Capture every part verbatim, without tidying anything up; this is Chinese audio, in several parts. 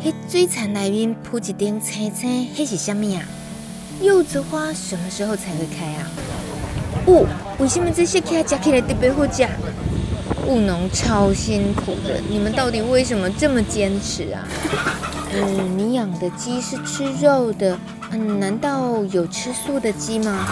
迄水田内面铺一顶青青，迄是啥物啊？柚子花什么时候才会开啊？哦，为什么这些起来吃起来特别好吃？务农超辛苦的，你们到底为什么这么坚持啊？嗯，你养的鸡是吃肉的，嗯，难道有吃素的鸡吗？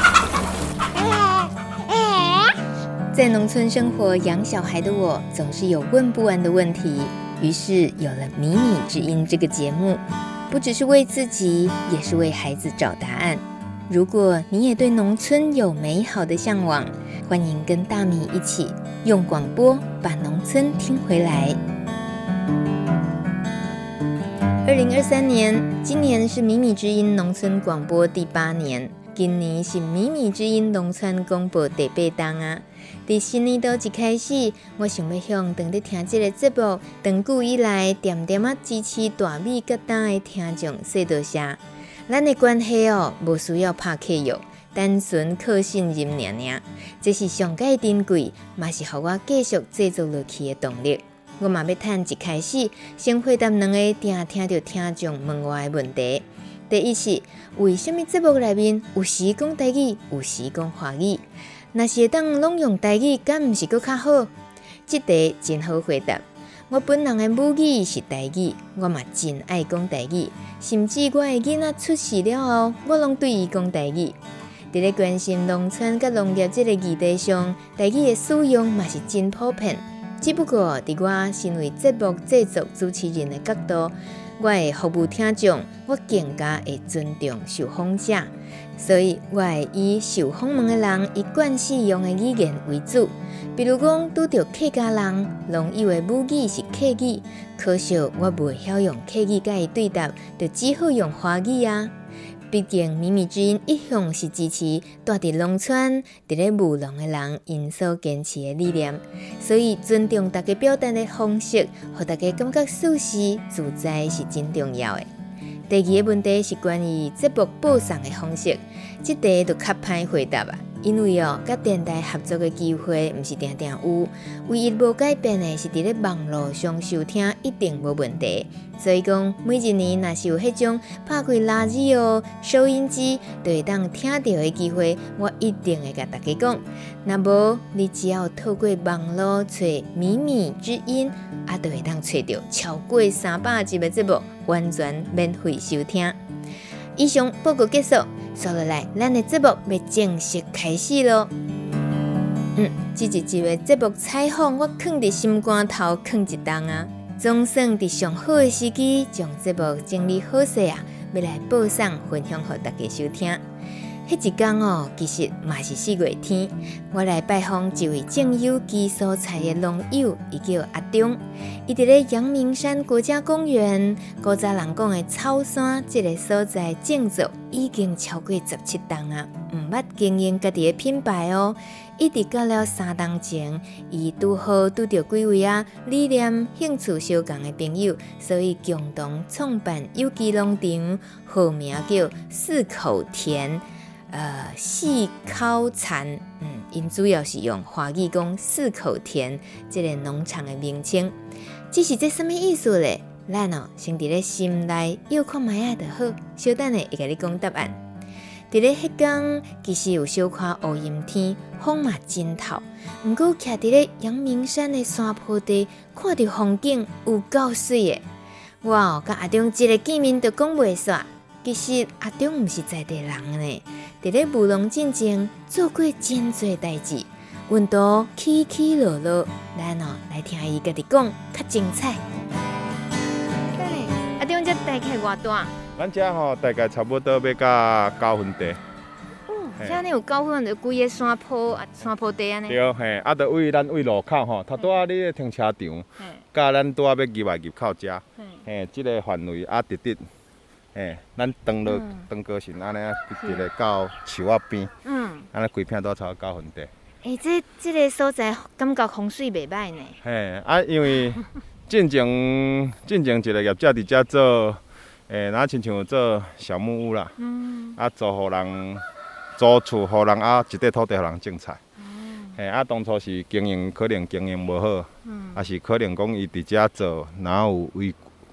在农村生活养小孩的我，总是有问不完的问题，于是有了《米米之音》这个节目，不只是为自己，也是为孩子找答案。如果你也对农村有美好的向往，欢迎跟大米一起用广播把农村听回来。二零二三年，今年是《米米之音》农村广播第八年，今年是《米米之音》农村广播第八档啊。在新年度一开始，我想要向当在听这个节目长久以来点点啊支持大米甲蛋的听众说多谢。咱的关系哦，无需要拍客约，单纯靠信任尔尔，这是上界珍贵，嘛是互我继续制作落去的动力。我嘛要趁一开始，先回答两个定听到听众问我的问题。第一是，为什么节目内面有时讲台语，有时讲华语？若是会当拢用台语，敢毋是搁较好？这题真好回答。我本人的母语是台语，我嘛真爱讲台语，甚至我的囡仔出世了后，我拢对伊讲台语。伫咧关心农村甲农业这个议题上，台语的使用嘛是真普遍。只不过伫我身为节目制作主持人的角度，我会服务听众，我更加会尊重受访者，所以我会以受访问的人一贯使用的语言为主。比如讲，拄到客家人，拢以为母语是客语，可惜我袂晓用客语甲伊对答，就只好用华语啊。毕竟米米之音一向是支持住伫农村、伫咧务农的人因所坚持的理念，所以尊重大家表达的方式，互大家感觉舒适自在是真重要的。第二个问题是关于节目播送的方式，这题就较歹回答啊。因为哦，甲电台合作的机会毋是定定有，唯一无改变的是伫咧网络上收听一定无问题。所以讲，每一年若是有迄种拍开垃圾哦、收音机，就会当听到的机会，我一定会甲大家讲。若无，你只要透过网络找米米之音，啊，就会当找到超过三百集的节目，完全免费收听。以上报告结束，接落来咱的节目要正式开始咯。嗯，这一集的节目采访我藏伫心肝头藏一冬啊，总算伫上好的时机将节目整理好势啊，要来播送分享给大家收听。迄一天哦，其实嘛是四月天，我来拜访一位种有机蔬菜的农友，伊叫阿中。伊伫咧阳明山国家公园，古早人讲的草山这个所在种植已经超过十七档啊，毋捌经营家己的品牌哦。一直到了三档前，伊拄好拄到几位啊理念、兴趣相同的朋友，所以共同创办有机农场，号名叫四口田。呃，四口田，嗯，因主要是用华语讲四口田这个农场的名称。这是这什么意思咧？咱哦，先伫咧心内摇看卖啊就好，小等下会甲你讲答案。伫咧迄天，其实有小可乌阴天，风嘛真透。毋过徛伫咧阳明山的山坡地，看到风景有够水的。我哦，甲阿中一个见面就讲袂煞。其实阿中毋是在地人呢，伫咧务农进前做过真侪代志，运道起起落落，咱哦来听伊家己讲较精彩。阿中这大概偌大？ 咱遮吼大概差不多要到九分地。 哦，遮呢有九分，就规个山坡啊，山坡地安尼。 对，嘿，啊，就为咱为路口吼，头拄仔你停车场，甲咱拄仔要入来入口遮，嘿，即个范围啊，直直。嘿，咱登落登高线安尼啊，一个到树仔边，嗯，安尼规片都超九分地。 诶、欸，这这个所在感觉风水袂歹呢。 嘿，啊，因为进前进前一个业者伫遮做，诶，若亲像做小木屋啦，嗯，啊，租互人租厝互人啊，一块土地互人种菜。嘿，啊，当初是经营可能经营无好，嗯，啊是可能讲伊伫遮做，然后有违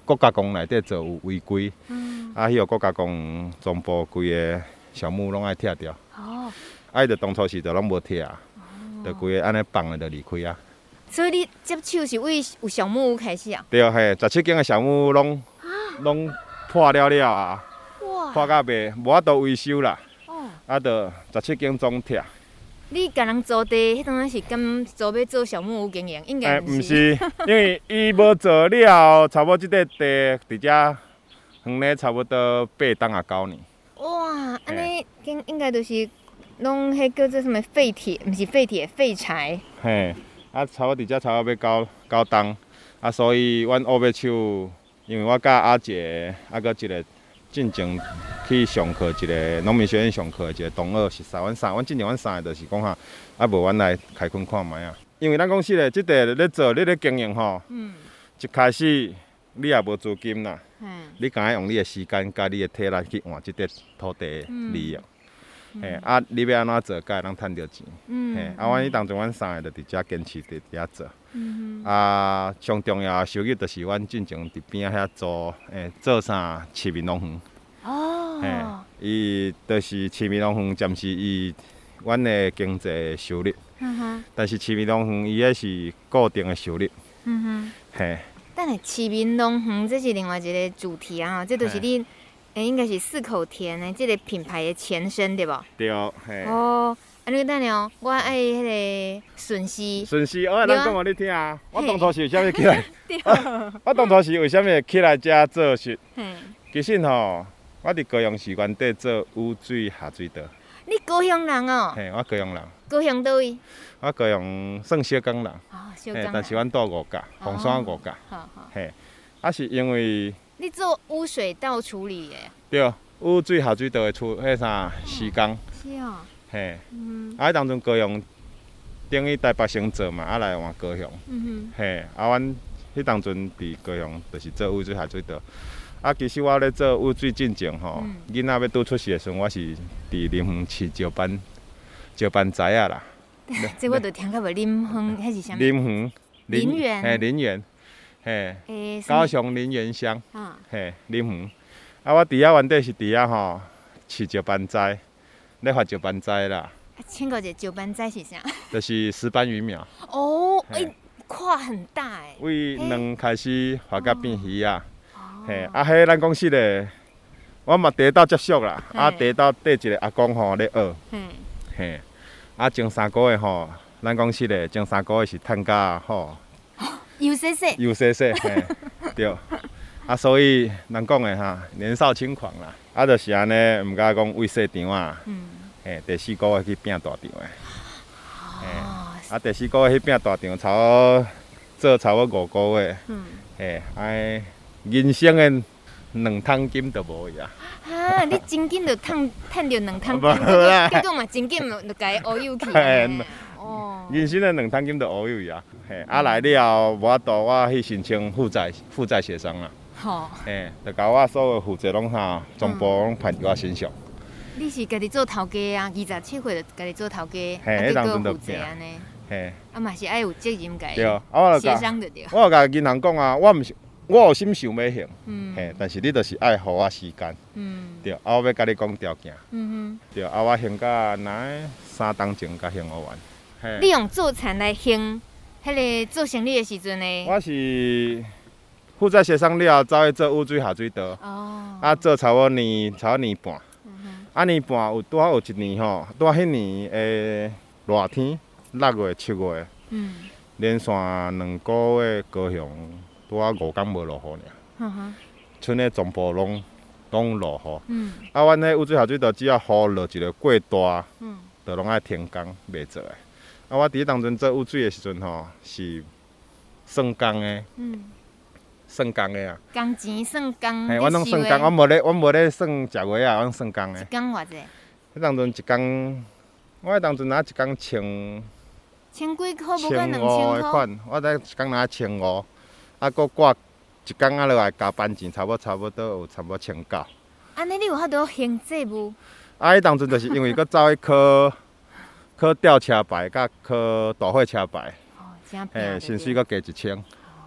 国家公园内底做有违规，嗯、啊，迄个国家公园总部规个小木拢爱拆掉。哦。啊，伊着当初时着拢无拆啊，着规个安尼放了着离开啊。 所以你接手是为有小木屋开始啊？ 对，嘿，十七间个小木屋拢拢破了了啊，破到袂无法度维修啦。哦。啊，着十七间总拆。 你甲人租地，迄当是敢租要做小木屋经营，应该毋是。欸，毋是，因为伊无做了，差不多即块地伫遮远咧，差不多八档啊九年。 哇，安尼应应该就是拢迄叫做什么废铁，毋是废铁，废柴。 嘿，啊，差不多伫遮差不多要九九档，啊，所以阮乌尾手，因为我甲阿姐，啊，搁一个进前去上课，一个农民学院上课，一个同学是三，阮三，阮进前阮三个就是讲哈，啊无阮来开垦看卖啊。因为咱讲实咧，即块咧做，你咧经营吼，嗯，一开始你也无资金啦，嗯，你敢用你的时间甲你的体力去换即块土地利用，嘿、嗯，啊，你要安怎做，才会通趁到钱，嗯，嘿，啊，阮迄当阵阮三个就伫遮坚持伫遐做，嗯啊，上重要的收入就是阮进前伫边仔遐做，诶，做啥市民农园。哦，嘿，伊就是市民农园，暂时伊阮的经济收入，嗯哼，但是市民农园伊迄是固定的收入，嗯哼，嘿。 等下市民农园这是另外一个主题啊，这就是你诶，应该是四口田的这个品牌的前身对无？ 对，嘿。 哦，啊，你等下哦，我爱迄个顺势。 顺势，我来讲互你听啊。我当初是为虾米起来？我当初是为虾米起来遮做事？其实吼。我伫高雄市原地做污水下水道。 你高雄人哦？ 嘿，我高雄人。 高雄倒位？ 我高雄算小港人。 哦，小港。 但是阮住五甲，红山五甲。好好。嘿，啊是因为。 你做污水道处理的？ 对，污水下水道的处，迄啥施工。 是哦。 嘿。嗯。啊，当阵高雄等于台北先做嘛，啊来换高雄。嗯哼。嘿，啊，阮迄当阵伫高雄就是做污水下水道。啊，其实我咧做污水进前吼，囡仔要拄出世的时阵，我是伫林园饲石斑石斑仔啊啦。 这我都听到无，林园迄是啥物？ 林园。 林园。 嘿，林园。嘿。高雄林园乡。啊。嘿，林园。啊，我伫遐原底是伫遐吼饲石斑仔，咧发石斑仔啦。 啊，请教一下石斑仔是啥？ 就是石斑鱼苗。 哦，哎，块很大哎。 为卵开始发甲变鱼啊。嘿，啊，迄咱讲实咧，我嘛第一道接触啦，啊，第一道缀一个阿公吼咧学，嘿，啊，前三个月吼，咱讲实咧，前三个月是趁甲吼， 油洗洗， 油洗洗，嘿，对，啊，所以咱讲的哈，年少轻狂啦，啊，就是安尼，毋敢讲为细场啊，嘿，第四个月去拼大场的，嘿，啊，第四个月去拼大场，差不多做差不多五个月，嘿，哎。人生的两桶金都无去啊！ 哈，你真紧就趁趁着两桶金，结果嘛真紧就甲伊乌有去。 哦。人生的两桶金就乌有去啊！嘿，啊来了，无法度我去申请负债负债协商啦。好。嘿，就甲我所有负债拢哈，全部拢判伫我身上。 你是家己做头家啊？二十七岁就家己做头家， 嘿，迄当阵就负债安尼。 嘿。 啊嘛是爱有责任甲伊协商就对。 我有甲银行讲啊，我毋是。我有心想要还，嗯、嘿，但是你就是爱互我时间，嗯、对，啊，我要甲你讲条件，嗯、对，啊，我还甲哪三档前甲还我完。 你用做田来还，迄个做生意的时阵呢？ 我是负债协商了，走去做污水下水道，哦、啊，做差不多年，差不多年半，嗯、啊年半有拄好有一年吼，拄好迄年诶热天，六月七月，嗯、连续两个月高雄。拄啊五天无落雨尔，剩的全部拢拢落雨。嗯、啊，阮迄污水下水道只要雨落一个过大，嗯，就拢爱停工袂做诶。啊，我伫当阵做污水的时阵吼，是算工的，嗯，算工的啊。 工钱算工。 嘿，阮拢算工，阮无咧，阮无咧算食月啊，阮算工的。 一工偌济？ 迄当阵一工，我迄当阵若一工千。 千几箍，无管两千箍。 款，我伫一工若千五。啊，搁挂一工啊落来加班钱，差不多差不多有差不多千九。 安尼你有法度还债无？ 啊，迄当阵就是因为搁走去考考吊车牌，甲考大货车牌。哦，真平。嘿，薪水搁加一千。哦。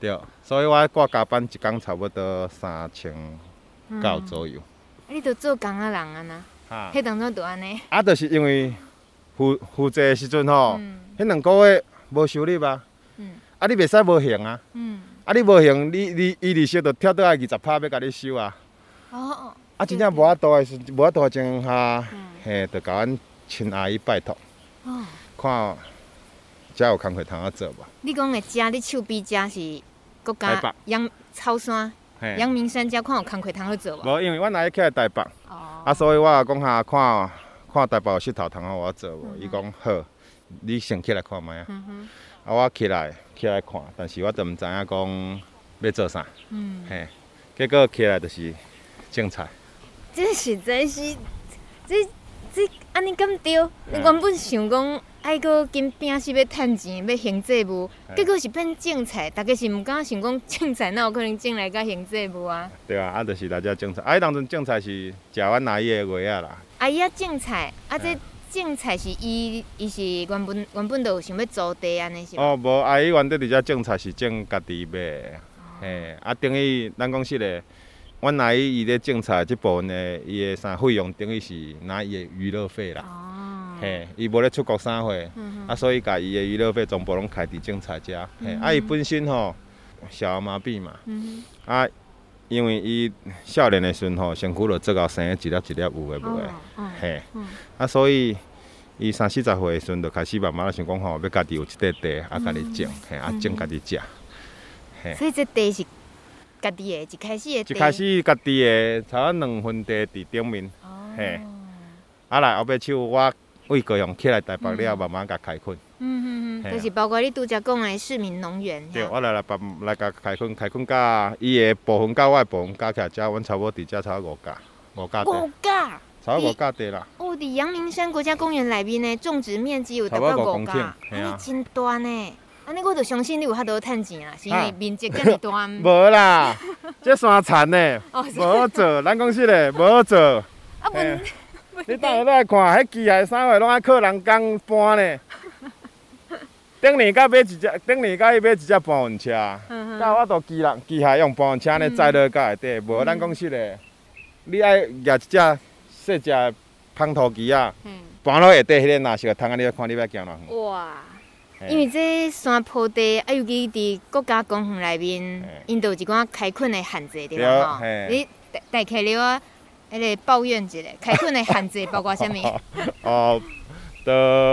对，所以我挂加班一工差不多三千九左右。 啊，你都做工仔人啊呐？ 哈， 迄当中就安尼。 啊，就是因为负负责的时阵吼，迄两个月无收入啊。嗯。啊，你袂使无闲啊。嗯。啊，你无闲，你你伊利息就跳倒来二十趴要甲你收啊。哦哦。啊，真正无法度的时，无法度的情况下，嘿，就甲阮亲阿姨拜托。哦。看，遮有工课通啊做无？ 你讲的遮，你手边遮是国家阳草山。阳明山遮看有工课通好做无？ 无，因为阮阿姨徛在台北，哦、啊，所以我也讲下看看台北有佚佗通好我做无？伊讲、嗯、好，你先起来看卖啊。嗯、啊，我起来起来看，但是我都毋知影讲要做啥。嗯。嘿，结果起来就是种菜。 这实在是，这这安尼敢对？你原本想讲。爱搁紧拼死要趁钱，要行政务，结果是变种菜。大家是毋敢想讲种菜，哪有可能种来甲行政务啊？ 对啊，啊，就是来遮种菜。啊，伊当阵种菜是食阮阿姨的话啊啦。 阿姨啊，种菜，啊，这种菜是伊，伊是原本原本就有想要租地安尼是？ 哦，无，阿姨原底伫遮种菜是种家己买的，嘿，啊，等于咱讲实的，阮阿姨伊咧种菜即部分的伊的啥费用，等于是拿伊的娱乐费啦。哦。嘿，伊无咧出国啥货，嗯、啊，所以甲伊的娱乐费全部拢开伫种菜遮。嗯、嘿，啊，伊本身吼小儿麻痹嘛，嗯、啊，因为伊少年的时阵吼，身躯就做到生一粒一粒有诶无诶，哦、嘿，嗯、啊，所以伊三四十岁的时阵就开始慢慢想讲吼，要家己有一块地，啊，家己种，嘿，啊，种家己食。 嘿，所以这地是家己的，一开始的地。 一开始家己的，差不多两分地伫顶面，哦、嘿，啊来后壁手我。为高雄起来台北了，慢慢甲开垦。 嗯嗯嗯，就是包括你拄则讲的市民农园。 对，我来来把来甲开垦，开垦甲伊的部分甲我的部分加起来，遮阮差不多伫遮差不多五甲，五甲地。 五甲。 差不多五甲地啦。 哦，伫阳明山国家公园内面呢，种植面积有达到五甲，安尼真大呢。安尼我就相信你有遐多趁钱啊，是因为面积咁大。 无啦，这山田呢，无好做，咱讲实嘞，无好做。啊不。你等下来看，迄机械啥货拢爱靠人工搬呢。顶年甲买一只，顶年甲伊买一只搬运车，甲我都机人机械用搬运车呢载落到内底，无咱讲实嘞，你爱举一只细只碰土机啊，搬落下底迄个哪是个通啊？你要看你要行偌远。哇！ 因为这山坡地啊，尤其伫国家公园内面，因都有一寡开垦的限制对吧？吼，你大概了啊。迄个抱怨一下，开垦的限制包括啥物？ 哦，都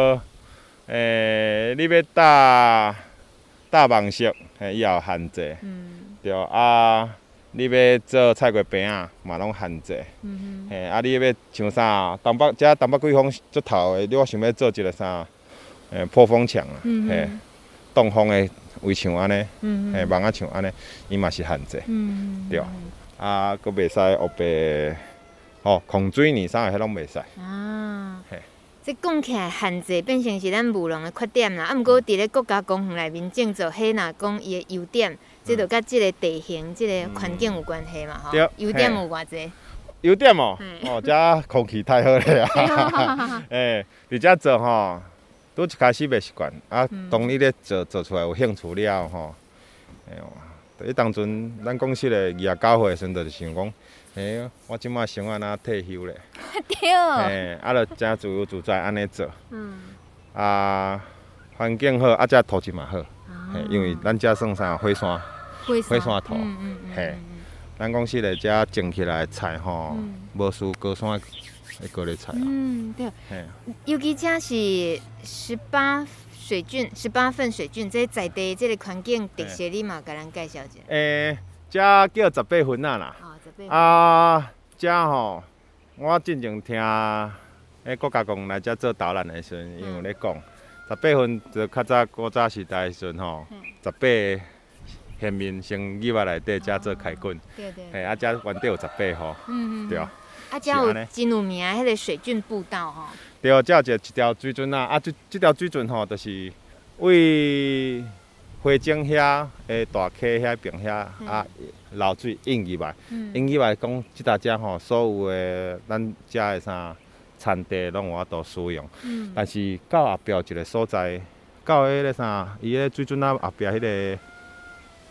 诶，你要搭搭网色，嘿，伊也有限制。嗯。对啊，你要做菜瓜饼啊，嘛拢限制。嗯哼。嘿，啊，你要像啥？东北遮东北季风足透的，你我想要做一个啥？诶，破风墙啊，嗯、嘿，挡风的围墙安尼，嗯、嘿，网仔墙安尼，伊嘛是限制。嗯。对。啊，佫袂使黑白。哦，控水呢，啥个迄拢袂使。啊， 嘿，这讲起来限制变成是咱务农的缺点啦。啊，毋过伫咧国家公园内面种植，迄若讲伊的优点，这就甲即个地形、即、嗯、个环境有关系嘛，吼。优点有偌济？ 优点哦，哦，遮空气太好了啊。诶，伫遮做吼，拄一开始袂习惯，啊，当你咧做做出来有兴趣了吼，哎呦，迄当阵咱讲实个二十九岁的时阵，就是想讲。嘿，我即摆想安那退休咧。 对。 嘿，啊，就真自由自在安尼做。嗯。啊，环境好，啊，遮土质嘛好。嘿，因为咱遮算啥火山，火山土。嗯嗯嗯。嘿，咱讲实个遮种起来的菜吼，无输高山的高丽菜。 嗯，对。嘿。尤其遮是十八水菌，十八份水菌，这在地这个环境特色，你嘛甲咱介绍一下。 诶，遮叫十八分啊啦。啊，遮吼，我之前听迄国家公园来遮做导览的时阵，伊有咧讲，十八分就较早古早时代的时阵吼，十八县民先入来内底遮做开垦，对对，嘿，啊遮原地有十八户，嗯嗯，对。 啊遮有真有名迄个水菌步道吼。 对，遮有一一条水圳啊，啊，这这条水圳吼，就是为花井遐诶大溪遐边遐啊。流水引入来，引入来讲，即搭遮吼，所有的咱遮的啥产地拢有法度使用。嗯、但是到后壁一个所在，到迄个啥，伊迄水准啊后壁迄个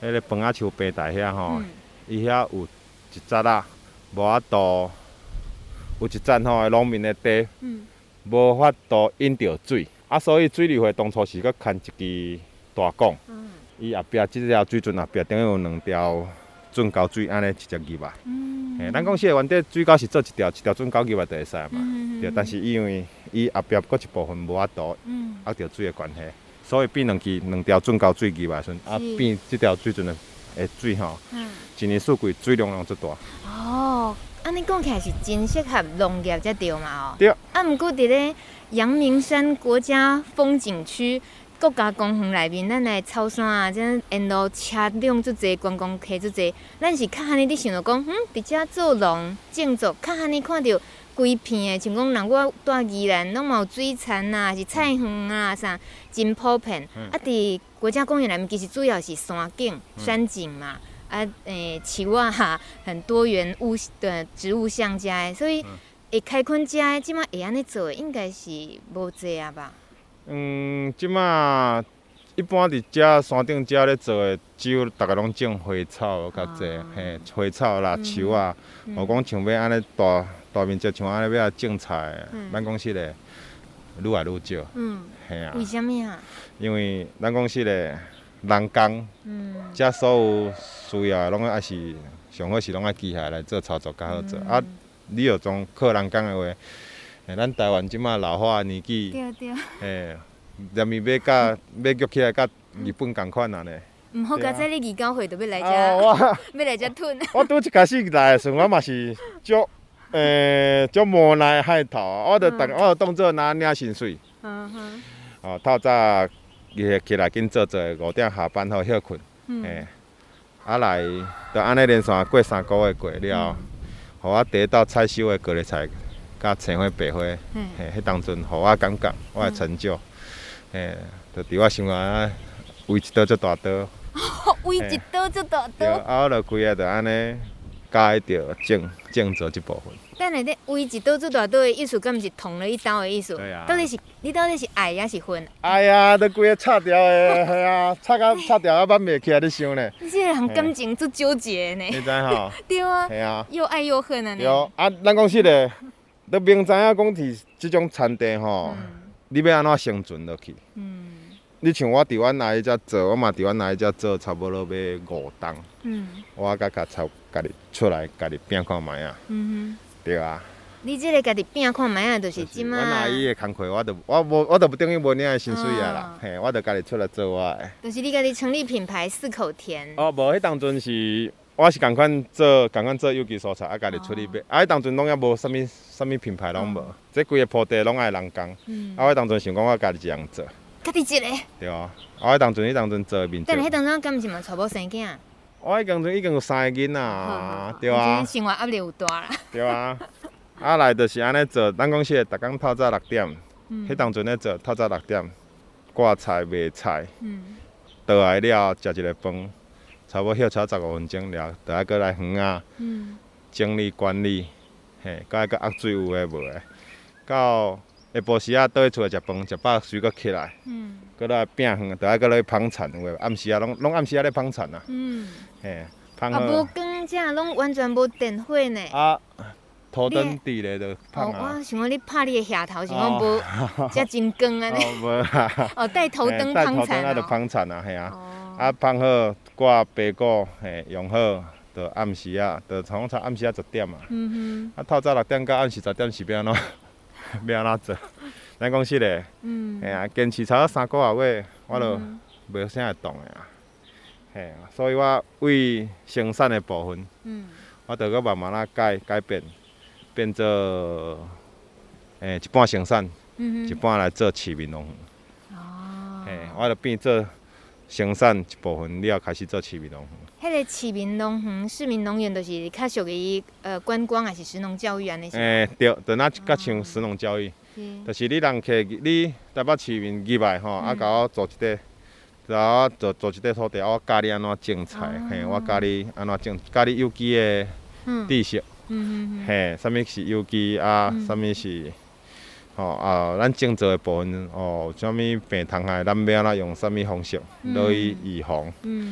迄个饭仔树平台遐吼，伊遐有一节啊，无法度有一节吼，农民的地，无法度引着水，啊，所以水利会当初是搁牵一支大管，伊后壁即条水圳后壁等于有两条圳沟水，安尼一只入来。嘿，咱讲说原底水沟是做一条一条圳沟入来就会使嘛，对，但是因为伊后壁搁一部分无法度压着水的关系。所以变两支两条圳沟水入来时，啊变即条水圳的的水吼，一年四季水量量最大。 哦，安尼讲起来是真适合农业才对嘛哦。 对。 啊，毋过伫咧阳明山国家风景区国家公园内面，咱来草山啊，这沿路车辆足侪，观光客足侪，咱是较安尼，你想着讲，嗯，伫遮做农种作，较安尼看到。规片的，像讲，若我住宜兰，拢嘛有水田啊，是菜园啊，啥真普遍。嗯、啊，伫国家公园内面，其实主要是山景、嗯、山景嘛，啊，诶、欸，树啊，很多元物的植物相加的，所以会开垦遮的，即马会安尼做的，应该是无济啊吧？ 嗯，即马一般伫遮山顶遮咧做的，只有大家拢种花草较济，嘿、啊，花草啦、树啊，无讲像要安尼大。大面积像安尼要种菜，咱公司咧愈来愈少。嗯，系啊。 为什么啊？ 因为咱公司咧人工，嗯，遮所有需要拢爱是上好是拢爱机械来做操作较好做。嗯、啊，你要从靠人工的话，诶，咱台湾即马老化的年纪， 对对。 诶，连面要甲要举起来甲日本共款啊呢。 毋好，佳仔你二九岁就要来遮，要来遮吞。 我拄一开始来的时，我嘛是足。诶，足无奈海头，我着当，我着当做拿领薪水。嗯哼。哦，透早伊起来紧做做，五点下班后休困。嗯。诶，啊来，着安尼连续过三个月过了，互我第一道采收的高丽菜，甲青花白花，嘿，迄当阵互我感觉我的成就，嘿，着伫我心内为一刀足大刀。 为一刀足大刀。 对，啊，我着规个着安尼。加着种种做即部分。 等下咧，为一刀做大刀的意思，敢毋是捅了一刀的意思？ 对啊。 到底是你到底是爱还是恨？ 爱啊，都规个拆掉的，系啊，拆到拆掉啊，挽袂起来，你想呢？ 你这个人感情足纠结呢。 你知吼？ 对啊。 系啊。 又爱又恨啊！ 对啊，咱公司咧，都明知影讲是即种产地吼，你要安怎生存落去？嗯。你像我伫阮内迄只做，我嘛伫阮内迄只做，差不多要五档。嗯。我甲甲操。家己出来，家己拼看卖啊！嗯哼，对啊。 你这个家己拼看卖啊，就是即马。 阮阿姨的工课，我都我无我都不等于无领的薪水啊啦，嘿，我就家己出来做我的。 就是你家己成立品牌四口田。 哦，无，迄当阵是我是共款做共款做有机蔬菜，啊，家己出去买。啊，迄当阵拢也无啥物啥物品牌拢无，这规个铺地拢爱人工。嗯。啊，我当阵想讲我家己一样做。 家己一个。 对啊，啊，迄当阵迄当阵做面。 但是迄当阵敢毋是嘛，娶某生囝？ 我迄当阵已经有三个囡仔，对啊。 生活压力有大啦。 对啊，啊来就是安尼做，咱公司逐工透早六点，迄、嗯、当阵咧做透早六点，挂菜卖菜，倒、嗯、来了食一个饭，差不多歇车十五分钟了，倒来过来园啊，嗯、整理管理，嘿，到来个压水有诶无诶，到下晡时啊倒去厝内食饭，食饱随个起来。嗯过来拼远，倒来过来捧田，有诶暗时啊，拢拢暗时啊咧捧田啊。嗯。嘿，捧好。啊， 无光遮拢完全无电火呢。 啊，土灯底咧就捧啊。哦，我想讲你拍你诶下头，是讲无遮真光安尼。 哦，无啦。 哦，带头灯捧田哦。带头灯啊，就捧田啊，嘿啊。哦。啊，捧好挂白果，嘿，用好，就暗时啊，就从差暗时啊十点啊。嗯哼。啊，透早六点到暗时十点是要安怎？要安怎做？咱公司咧，嗯，嘿啊，坚持差不多三个月，我就袂啥会动的啊。嘿啊，所以我为生产的部分，嗯，我着搁慢慢啊改改变，变做诶一半生产，嗯、一半来做市民农园。哦。嘿，我着变做生产一部分了，开始做市民农园。 迄个市民农园、市民农园，就是较属于呃观光还是食农教育安尼？ 诶，对，就那较像食农教育。就是你人客，你台北市民入来吼，啊，甲我做一块，甲我做做一块土地，我教你安怎种菜，嘿，我教你安怎种，教你有机的知识，嘿，啥物是有机啊，啥物是，吼啊，咱种植的部分，哦，啥物病虫害，咱要安怎用啥物方式来预防，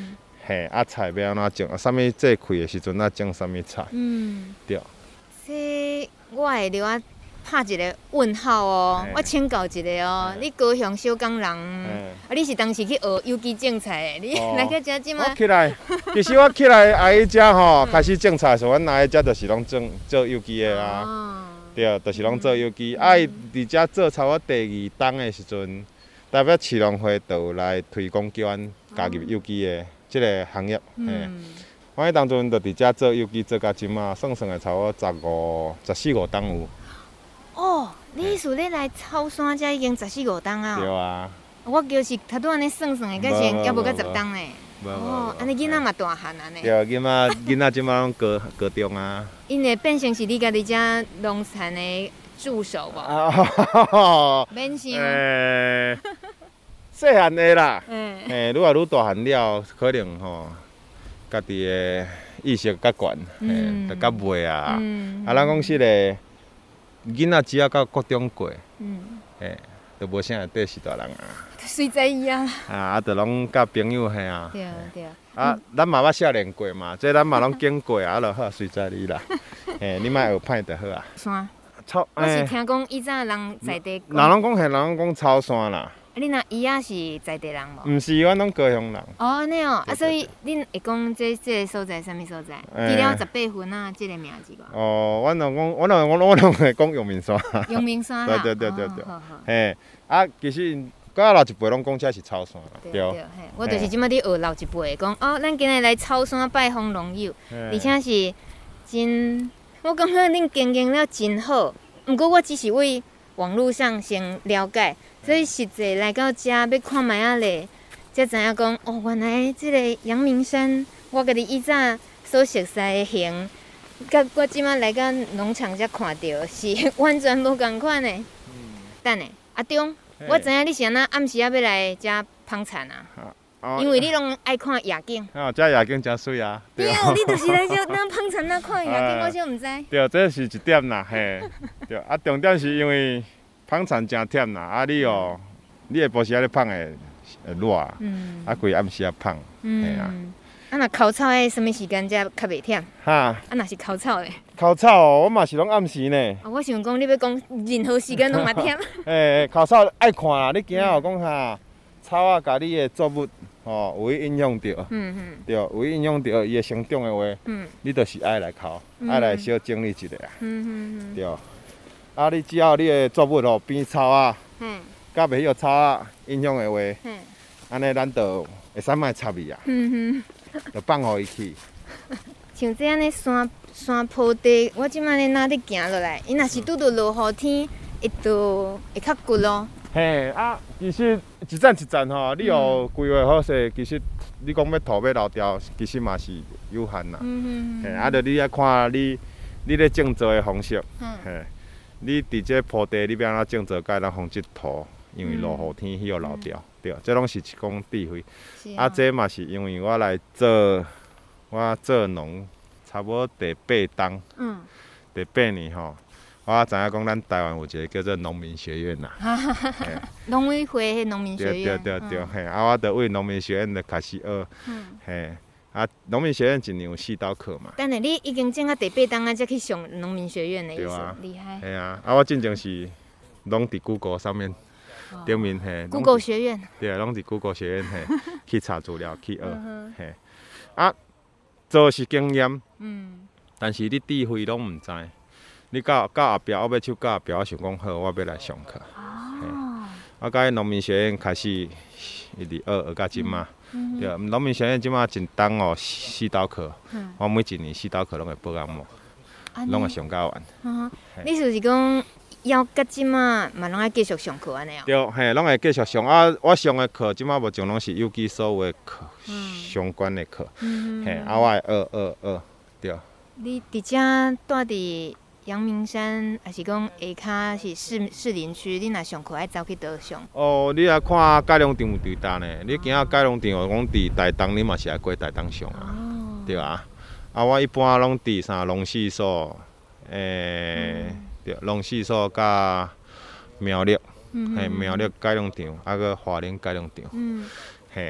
嘿，啊菜要安怎种，啊啥物节开的时阵啊种啥物菜， 嗯， 对。 这我会留啊拍一个问号哦，我请教一个哦，你高雄小港人，啊你是当时去学有机种菜的，你来到遮即马？ 我起来，其实我起来阿姨遮吼开始种菜的时候，阮阿姨遮就是拢种做有机的啊，对，就是拢做有机。啊，伊伫遮做差不多第二冬的时阵，代表市农会就有来推广叫阮加入有机的即个行业，嘿。我迄当阵就伫遮做有机做到即马，算算的差不多十五、十四五冬有。 哦，你是咧来草山遮已经十四五冬啊？ 对啊。 我就是拄拄安尼算算的，才是还无到十冬呢。 无哦，安尼囡仔嘛大汉安尼。 对，囡仔囡仔即马拢高高中啊。 因会变成是你家己遮农产的助手无？ 啊， 免想。 诶，细汉的啦。嗯。诶，愈来愈大汉了，可能吼。家己的意识较悬，嘿，就较袂啊。啊，咱讲实个囡仔只要到国中过，嘿，就无啥会缀是大人啊。 随在伊啊。啊， 啊，就拢甲朋友嘿啊。 对对。 啊，咱嘛捌少年过嘛，这咱嘛拢经过啊，就好随在你啦。嘿，你莫学歹就好啊。 山。 草。 我是听讲以前人在地。 人拢讲嘿，人拢讲草山啦。 你若伊也是在地人无？ 毋是，阮拢高雄人。 哦，安尼哦，啊，所以恁会讲这这个所在啥物所在？除了十八分啊，这个名字个。 哦，阮拢讲，阮拢我我拢会讲阳明山。 阳明山啦。 对对对对对。嘿，啊，其实甲老一辈拢讲这是草山啦。 对对嘿，我就是即摆伫学老一辈讲，哦，咱今日来草山拜访农友，而且是真，我感觉恁经营了真好。毋过我只是为网络上先了解。所以实际来到遮要看卖啊咧，才知影讲哦，原来即个阳明山，我家己以前所熟悉的形，甲我即摆来到农场才看到，是完全无共款的。等下，阿中，我知影你是安那暗时啊要来遮捧场啊，因为你拢爱看夜景。 哦，遮夜景真水啊！ 对，你就是来遮咱捧场那看夜景，我少毋知。 对，这是一点啦，嘿。对，啊，重点是因为。捧场真忝啦，啊你哦，你下晡时啊咧捧会会热，啊规暗时啊捧，嘿啊。 啊若烤草的什物时间才较袂忝？哈。啊若是烤草的。 烤草哦，我嘛是拢暗时呢。 啊，我想讲你要讲任何时间拢嘛忝。 诶，烤草爱看啦，你惊哦讲哈，草啊甲你的作物吼有影响到，嗯嗯，对，有影响到伊的生长的话，嗯，你就是爱来烤，爱来小整理一下啊，嗯嗯嗯，对。啊！你只要你的作物哦边草啊，嗯，甲袂迄草啊影响的话，嗯，安尼咱就会使莫插伊啊，嗯哼，就放互伊去。 像这安尼山山坡地，我即摆咧哪伫行落来，伊若是拄着落雨天，会就会较骨咯。 嘿啊，其实一站一站吼，你有规划好势，其实你讲要土要留条，其实嘛是有限啦。嗯嗯嘿，啊，着你爱看你你咧种植的方式，嗯，嘿。你伫这坡地，你要安怎种植，该咱防治土，因为落雨天迄个流掉，对，这拢是一讲智慧。啊，这嘛是因为我来做，我做农差不多第八冬，嗯，第八年吼，我知影讲咱台湾有一个叫做农民学院啦。 农委会迄农民学院。 对对对对，嘿，啊，我着为农民学院着开始学，嘿。啊，农民学院一年有四道课嘛。 等下你已经种到第八冬啊，才去上农民学院的意思，厉害。 系啊，啊我进前是拢伫 Google 上面顶面嘿。 Google 学院。 对，拢伫 Google 学院嘿，去查资料去学嘿。啊，做是经验，嗯，但是你智慧拢毋知。你到到后壁，我要手到后壁，我想讲好，我要来上课。哦。我甲农民学院开始一直学学到即马。对，农民学院即马一冬哦四道课，我每一年四道课拢会报项目，拢会上到完。 你是不是讲要到即马嘛拢爱继续上课安尼哦？ 对，嘿，拢会继续上啊！我上的课即马目前拢是有机所有的课相关的课，嘿，啊我会学学学，对。 你伫遮住伫阳明山，还是讲下骹是士士林区？你若上课爱走去倒上？ 哦，你来看改良场有对搭呢。你今仔改良场讲伫台东，你嘛是爱过台东上啊，哦、对啊。啊，我一般拢伫啥龙四所，诶、欸，嗯、对，龙四所甲苗栗，嘿、嗯，苗栗改良场，啊个花莲改良场，嗯，嘿。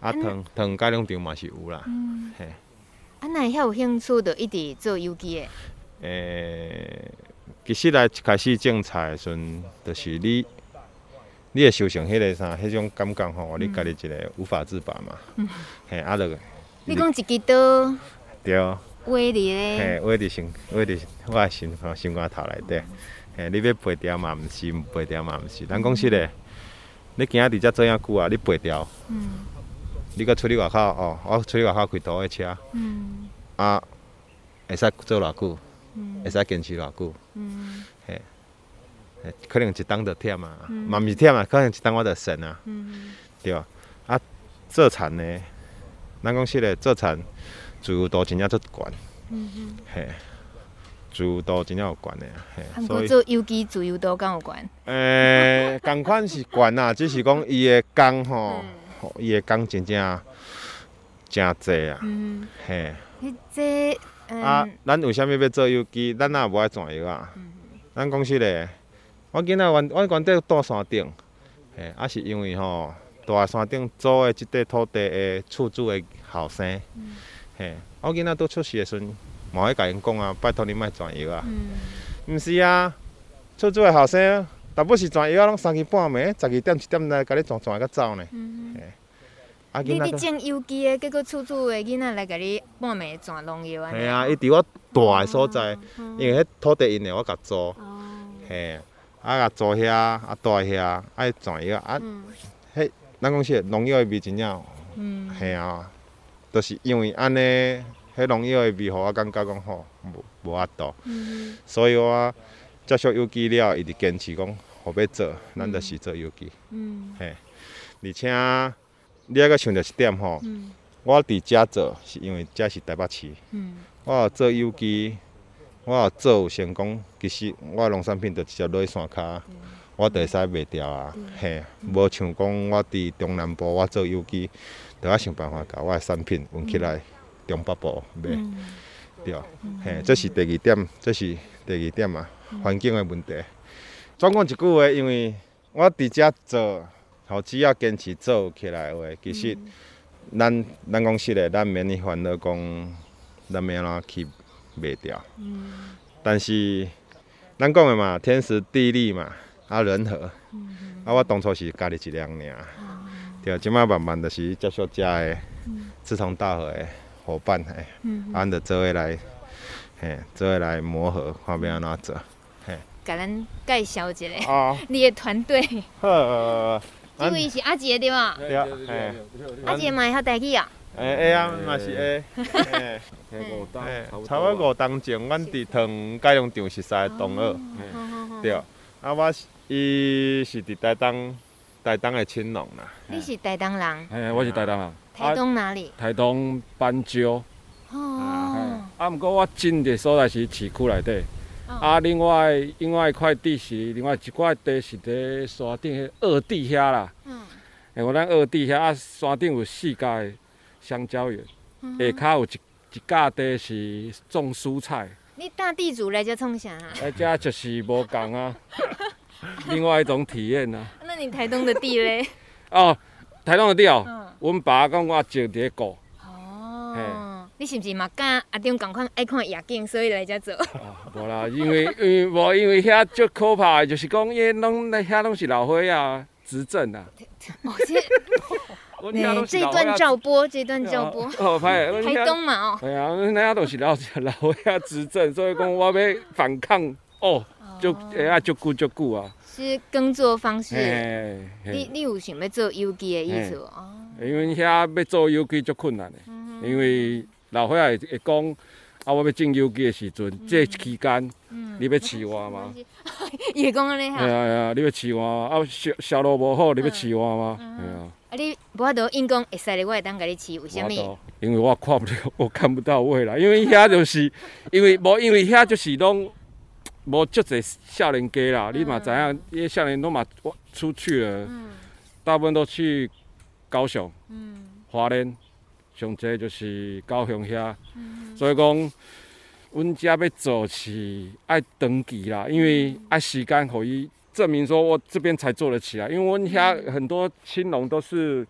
啊，糖糖改良场嘛是有啦。 嗯， 嘿， 啊，那遐有兴趣就一直做有机的。 诶、其实来一开始种菜的时阵，就是你你会修成迄个啥，迄种感觉吼，你家己一个无法自拔嘛。嗯、嘿，啊，就你讲一支刀， 对， 画伫咧， 嘿，画伫心，画伫我的心心肝头内底。嘿，你要拔掉嘛，毋是；毋拔掉嘛，毋是。咱讲实咧，你今仔日才做遐久啊，你拔掉， 嗯， 你搁出去外口哦，我出去外口开刀的车， 嗯， 啊，会使做偌久？ 嗯， 会使坚持偌久？ 嗯， 嘿，嘿可能一冬就忝啊，嘛毋是忝啊，可能一冬我就神啊， 嗯， 对。啊，做田呢，咱讲实咧，做田自由度真正足悬， 嗯嗯， 嘿，自由度真正有悬的啊，嘿， 啊，所以做有机自由度敢有悬？ 诶，共款是悬啊，只是讲伊的工吼，伊的工真正真济啊， 嗯， 嘿。 迄这， 啊，咱为虾米要做有机？咱哪无爱转药啊？咱讲实咧，我囡仔原我原底住山顶，嘿，啊是因为吼，住在山顶租的即块土地的厝主的后生，嘿，我囡仔拄出世的时阵，嘛会甲因讲啊，拜托你莫转药啊。毋是啊，厝主的后生，大不是转药啊，拢三更半暝，十二点一点来甲你转转个走呢。 啊，你伫种有机的，结果厝主的囡仔来甲你半暝转农药安尼。 系啊，伊伫我住的所在，因为迄土地因的我甲租，嘿，啊甲租遐，啊住遐，爱转药啊，迄咱讲实农药的味真正，嘿啊，就是因为安尼，迄农药的味，互我感觉讲吼，无无法度，所以我接触有机了，一直坚持讲，互要做，咱就是做有机，嘿，而且。你还阁想着一点吼，嗯、我伫遮做是因为遮是台北市，嗯、我有做有机，我有做有成功，其实我农产品就直接落去山骹，嗯、我就会使卖掉啊，嗯、嘿，无像讲我伫中南部我做有机，就要想办法甲我的产品运起来中北部卖，嗯、对，嗯、嘿，这是第二点，这是第二点啊，环境的问题。总讲一句话，因为我伫遮做。吼，只要坚持做起来的话，其实咱咱讲实的，咱免去烦恼讲咱要安怎去卖掉。嗯、但是咱讲的嘛，天时地利嘛，啊人和。嗯、啊，我当初是家己一人尔，嗯、对，即摆慢慢就是接触遮的志同道合的伙伴，嘿，嗯、啊，就做伙来，嘿，做伙来磨合，看要安怎做，嘿。 甲咱介绍一下，哦、你的团队。好。这位是阿杰对吧？ 对啊，嘿， 阿杰嘛会晓台语啊？ 诶会啊，嘛是会。嘿，差不多五当前，阮伫糖改良场熟识的同学，对。啊，我伊是伫台东，台东的青农啦。 你是台东人？ 嘿，我是台东人。 台东哪里？ 台东斑鸠。哦。啊，毋过我种的所在是市区内底。啊，另外另外一块地是另外一块地是伫山顶二地遐啦。嗯。诶，我咱二地遐啊，山顶有四家的香蕉园，嗯、下骹有一一架地是种蔬菜。 你大地主来这创啥啊？ 来这就是无共啊，另外一种体验啊。 那你台东的地嘞？ 哦，台东的地哦，嗯、阮爸讲我种伫个哦。嘿。你是毋是嘛？甲阿中共款爱看夜景，所以来遮做？ 无啦，因为因为无因为遐足可怕的，就是讲因拢遐拢是老伙仔执政啊。 哦，这这段照播，这段照播。 哦，歹， 台东嘛哦。 系啊，咱遐都是老老伙仔执政，所以讲我要反抗哦，足会啊足久足久啊。 是耕作方式。你你有想要做有机的意思哦？ 因为遐要做有机足困难的，因为。老伙仔会会讲，啊，我要种有机的时阵，嗯、这期间、嗯、你要饲我吗？ 伊会讲安尼哈？ 系啊系啊，你要饲我啊？销销路无好，你要饲我吗？系、嗯、啊。 啊，你无法度硬讲会使的，我会当甲你饲，为什么？ 因为我看不了，我看不到未来，因为遐就是，因为无因为遐就是拢无足侪少年家啦，嗯、你嘛知影，伊少年都嘛出去了，嗯、大部分都去高雄、嗯、花莲。上济就是高雄遐，嗯、所以讲，阮遮要做是爱长期啦，因为爱时间，可以证明说我这边才做得起来。因为阮遐很多青农都是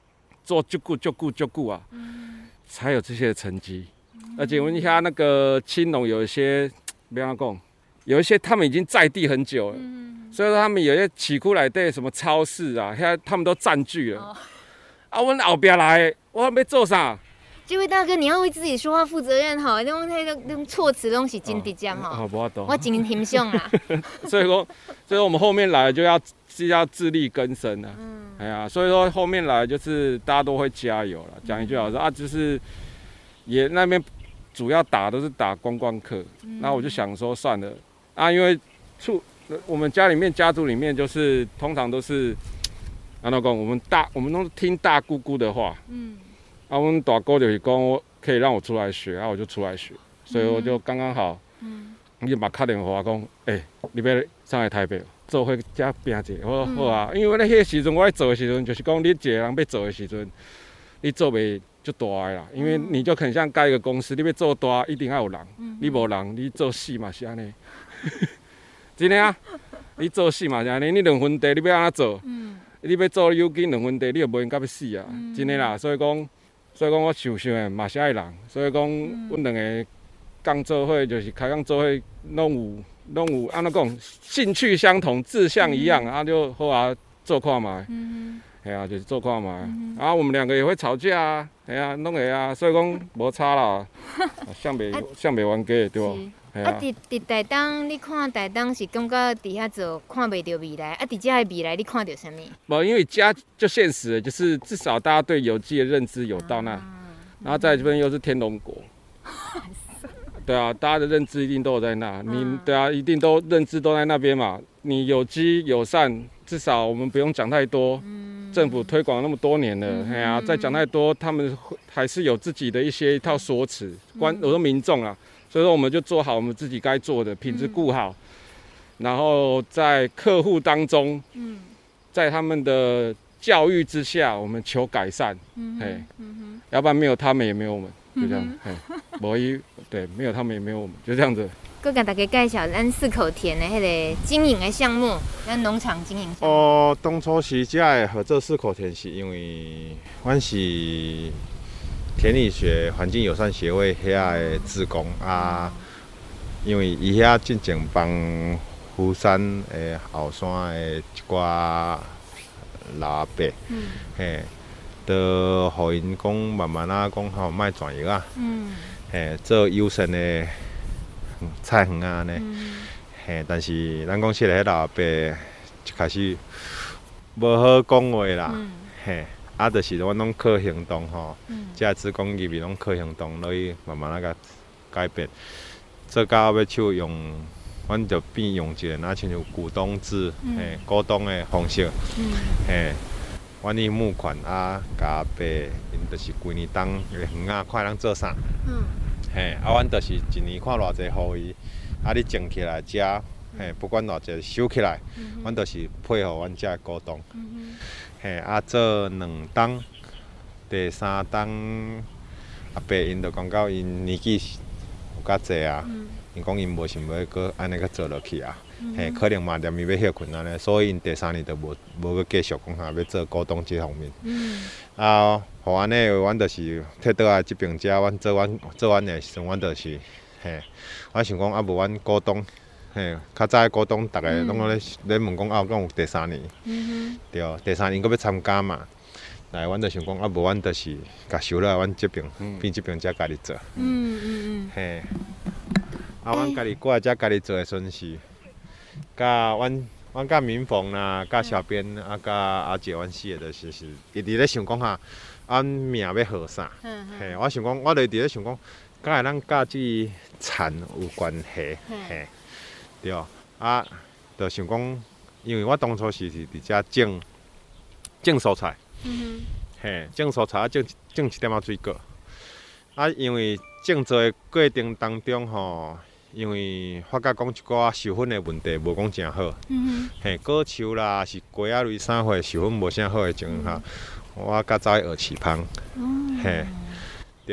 做足久足久足久啊，嗯、才有这些成绩。嗯、而且我们遐那个青农有一些，不要讲，有一些他们已经在地很久了，嗯、所以说他们有些起库来对什么超市啊，现在他们都占据了。哦、啊，我后边来，我要做啥？ 这位大哥，你要为自己说话负责任哈，那种那种那种措辞拢是真直接哈。 好，不懂。 我真欣赏啦。 所以说，所以我们后面来就要是要自力更生了。嗯。哎呀，所以说后面来就是大家都会加油了。讲一句好说啊，就是也那边主要打都是打观光客，那、嗯、我就想说算了啊，因为处我们家里面家族里面就是通常都是啊那讲我们大我们都听大姑姑的话。嗯。啊，我们大哥就是讲，可以让我出来学，啊，我就出来学，所以我就刚刚好，嗯，你就把打电话讲，哎、欸，你要上来台北做伙加拼一下，我说好啊，因为咧迄个时阵我在做的时阵，就是讲你一个人要做的时阵，你做袂就大的啦，因为你就很像盖一个公司，你要做大一定要有人，嗯、你无人你做细嘛是安尼，真的啊，你做细嘛是安尼，你两分地你要安怎做？嗯、你要做有机两分地，你就无应该要死啊，嗯、真的啦，所以讲。所以讲，我想想诶，嘛是爱人。所以讲，阮两个刚做伙，就是开讲做伙，拢有拢有安怎讲，兴趣相同，志向一样，啊就好啊，做看嘛。嗯哎啊，就是做看嘛。嗯、啊，我们两个也会吵架啊，哎啊，拢会啊。所以讲无差啦，向袂向袂冤家对无？ 啊，伫伫台东，你看台东是感觉伫遐做看袂到未来，啊，伫遮的未来你看到啥物？ 无，因为家就现实了，就是至少大家对有机的认知有到那，啊、然后在这边又是天龙国，对啊，大家的认知一定都有在那，你对啊，一定都认知都在那边嘛。你有机友善，至少我们不用讲太多，嗯、政府推广那么多年了，哎呀、嗯啊，再讲太多，他们还是有自己的一些一套说辞，关我说民众啊。所以说，我们就做好我们自己该做的，品质顾好，嗯、然后在客户当中，嗯、在他们的教育之下，我们求改善，嗯嗯嗯、要不然没有他们也没有我们，就这样，嗯、无一对，没有他们也没有我们，就这样子。 佮大家介绍咱四口田的迄个经营的项目，咱农场经营项目。 哦，当初时只会合作四口田，是因为阮是。田里学环境友善协会遐的志工啊，因为伊遐进前帮福山诶后山诶一寡老阿伯，嗯、嘿，都互因讲慢慢啊讲吼，卖转药啊，嗯、嘿，做友善的菜园啊呢，嗯、嘿，但是咱讲起来，迄老阿伯一开始无好讲话啦，嗯、嘿。啊，就是阮拢靠行动吼，即个志工入面拢靠行动，落去慢慢啊甲改变。做到尾手用，阮就变用一个那亲像股东制，嘿，股东的方式，嘿，阮去募款啊，甲阿伯因就是规年当个园啊，看人做啥，嘿，啊，阮就是一年看偌济互伊，啊，你种起来食，嘿，不管偌济收起来，阮就是配合阮遮股东。嘿，啊，做两档，第三档阿伯因就讲到因年纪有较济啊，因讲因无想要搁安尼搁做落去啊，嗯、嘿，可能嘛念伊要歇困安尼，所以因第三年就无无搁继续讲下要做股东这方面。嗯、啊，互安尼，阮就是摕倒来即边遮，阮做阮做阮的时阵，阮就是嘿，我想讲啊，无阮股东。嘿，较早的股东，逐个拢咧咧问讲啊，讲有第三年，嗯、对，第三年搁要参加嘛。来，阮就想讲啊，无阮就是甲收了阮这边，嗯、变这边才家己做。嗯嗯嗯。嘿，啊，阮家己过来才家己做的阵是，甲阮阮甲民phòng啦，甲小编啊，甲阿姐阮四个就是是一直咧想讲哈，阮命要好啥？嗯、嘿，我想讲，我就一直咧想讲，敢会咱甲即田有关系？嘿。对，啊，就想讲，因为我当初是是伫遮种种蔬菜，嗯、嘿，种蔬菜啊，种种一点仔水果，啊，因为种作的过程当中吼，因为发觉讲一寡授粉的问题无讲真好，嗯、嘿，果树啦是瓜仔类啥货授粉无啥好的情况下，我较早学饲芳，嗯、嘿，对。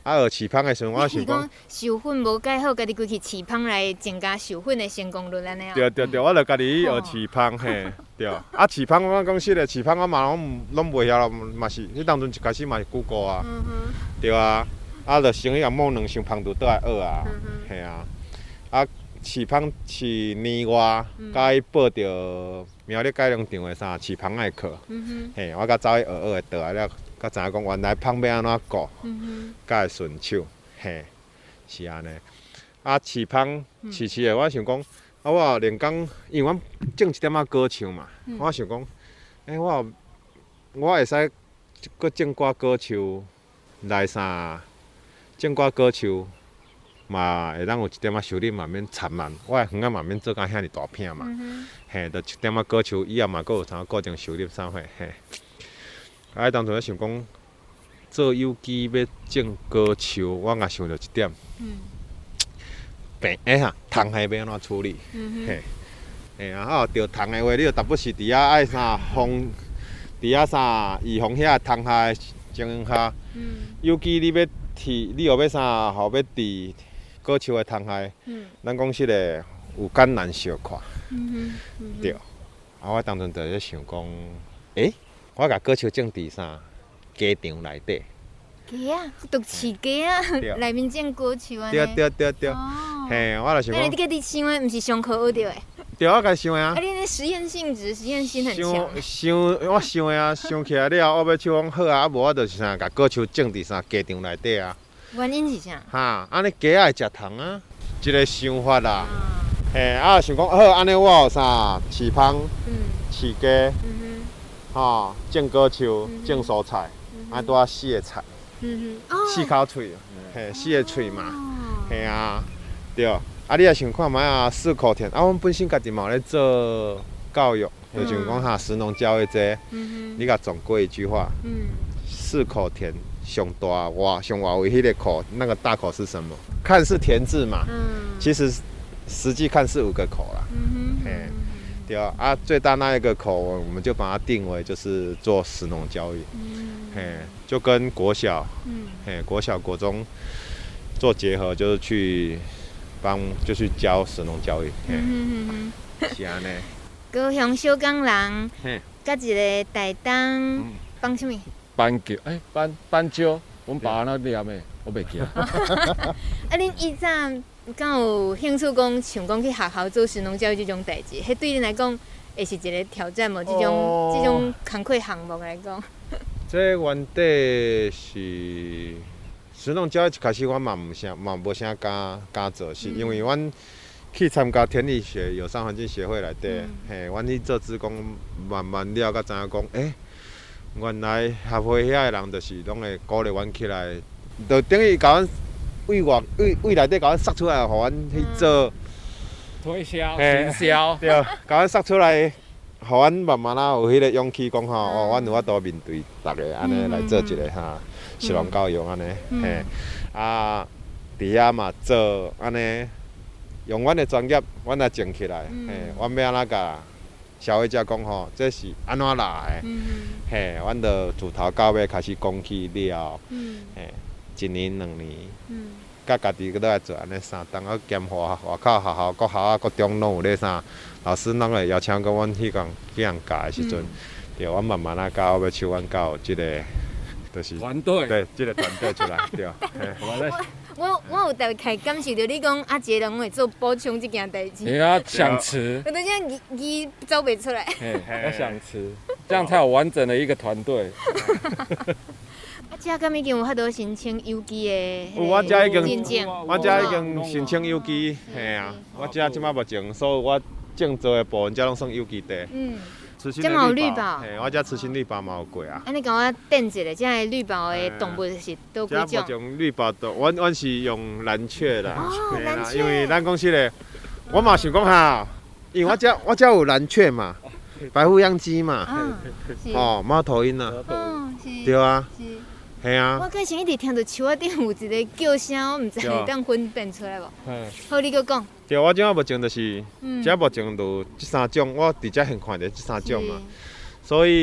啊，学饲芳的时阵，我想讲， 授粉无改好，家己规去饲芳来增加授粉的成功率安尼啊。 对对对，我就家己学饲芳嘿，对。啊，饲芳我讲实的，饲芳我嘛拢拢袂晓，嘛是，迄当阵一开始嘛是 Google 啊，对啊，啊，就先去摸两箱芳度倒来学啊，嘿啊，啊，饲芳饲年外，甲伊报着苗栗改良场的啥饲芳的课，嘿，我甲走去学学倒来了。甲知影讲原来芳要安怎顾，甲会顺手，嘿，是安尼。啊，饲芳饲饲的，我想讲，啊，我连讲，因为我种一点仔果树嘛，嗯、我想讲，诶、欸，我我会使搁种寡果树来啥，种寡果树嘛会当有一点仔收入，嘛免惨慢，我的园仔嘛免做甲遐尼大片嘛，嗯、嘿，就一点仔果树以后嘛，搁有啥固定收入啥货，嘿。啊！当初我想讲做有机要种果树，我也想到一点，嗯，病哎哈，虫害要安怎处理？嗯、嘿，嘿啊，啊着虫的话，你着特别是伫遐爱啥防，伫遐啥预防遐虫害情况下，嗯、有机你要治，你又要啥，后要治果树的虫害，嗯、咱讲实个有艰难小可，嗯嗯、对。啊，我当阵就咧想讲，诶、欸。我甲果树种伫啥家场内底？ 家啊，独饲家啊，内面种果树安尼。 对对对对。嘿，我就想讲。 那你家己想的，毋是上课学着的。 对，我家想的啊。 啊，你那实验性质、实验性很强。 想，我想的啊，想起来了，我要手讲好啊，啊无我就是啥，甲果树种伫啥家场内底啊。 原因是啥？ 哈，安尼鸡爱食虫啊，一个想法啦。嘿，啊，想讲好，安尼我有啥饲芳、饲鸡。吼、哦，种果树，种蔬菜，啊，拄啊四个菜，嗯哦、四口喙，嘿，四个喙嘛，嘿、哦、啊，对，啊，你也想看卖啊，四口田，啊，阮本身家己嘛咧做教育，就像讲哈，食农教育这，嗯、你甲总过一句话，嗯、四口田上大哇，上外围迄个口，那个大口是什么？看是田字嘛，嗯、其实实际看是五个口啦，嗯、嘿。对啊，啊，最大那一个口，我们就把它定为就是做食农教育，嗯、嘿，就跟国小，嗯、嘿，国小国中做结合，就是去帮，就去教食农教育，嘿，嗯、是安尼。 高雄小港人，甲一个台东帮什么？ 斑鸠，哎，斑斑鸠，阮爸那念的，我袂记啊。 啊，恁以前敢有兴趣讲，想讲去学校做食农教育这种代志？迄对恁来讲，会是一个挑战无？这种、哦、这种工课项目来讲。 这原底是食农教育一开始，阮嘛毋啥嘛无啥敢敢做，是因为阮去参加田里学友善环境协会内底，嗯、嘿，阮去做志工，慢慢了，才知影讲，诶、欸，原来协会遐个人就是拢会鼓励阮起来，就等于甲阮。为外为为内底甲阮塞出来，互阮去做推销、行销， 对，甲阮塞出来，互阮慢慢啊有迄个勇气讲吼，哦，阮有法度面对逐个安尼来做一个哈食农教育安尼，嘿，啊，伫遐嘛做安尼，用阮的专业，阮来种起来，嘿，阮要安怎甲消费者讲吼，这是安怎来的，嘿，阮就自头到尾开始讲起了，嘿。一年两年，甲家己搁来做安尼三档，啊兼外外口学校、国校啊、国中拢有咧啥，老师拢会邀请过阮去共去人教的时阵，对，阮慢慢啊教，要手阮教即个，就是团队， 对，即个团队出来，对。 我我我有大概感受到你讲啊，一个人会做补充即件代志。 你要想吃， 我等下字字走袂出来。 要想吃，这样才有完整的一个团队。 啊，遮敢已经有法度申請有機的有，我遮已經， 證我遮已經申請有機，嘿啊，我遮即擺目前，所以我種做的部分遮攏算有機地。嗯，慈心的綠寶，嘿，我遮慈心綠寶嘛有過啊。 啊，你甲我點一下，遮個綠寶的動物是倒幾種？ 遮目前綠寶的，阮阮是用藍雀啦， 哦，藍雀， 因為咱公司咧，我嘛想講哈，因為我遮我遮有藍雀嘛，白腹秧雞嘛，哦，貓頭鷹啊，對啊。系啊！ 我之前一直听到树仔顶有一个叫声，我唔知会当分辨出来无？好，你搁讲。 对，我即摆目前就是，即目前就即三种，我伫遮现看着即三种嘛。所以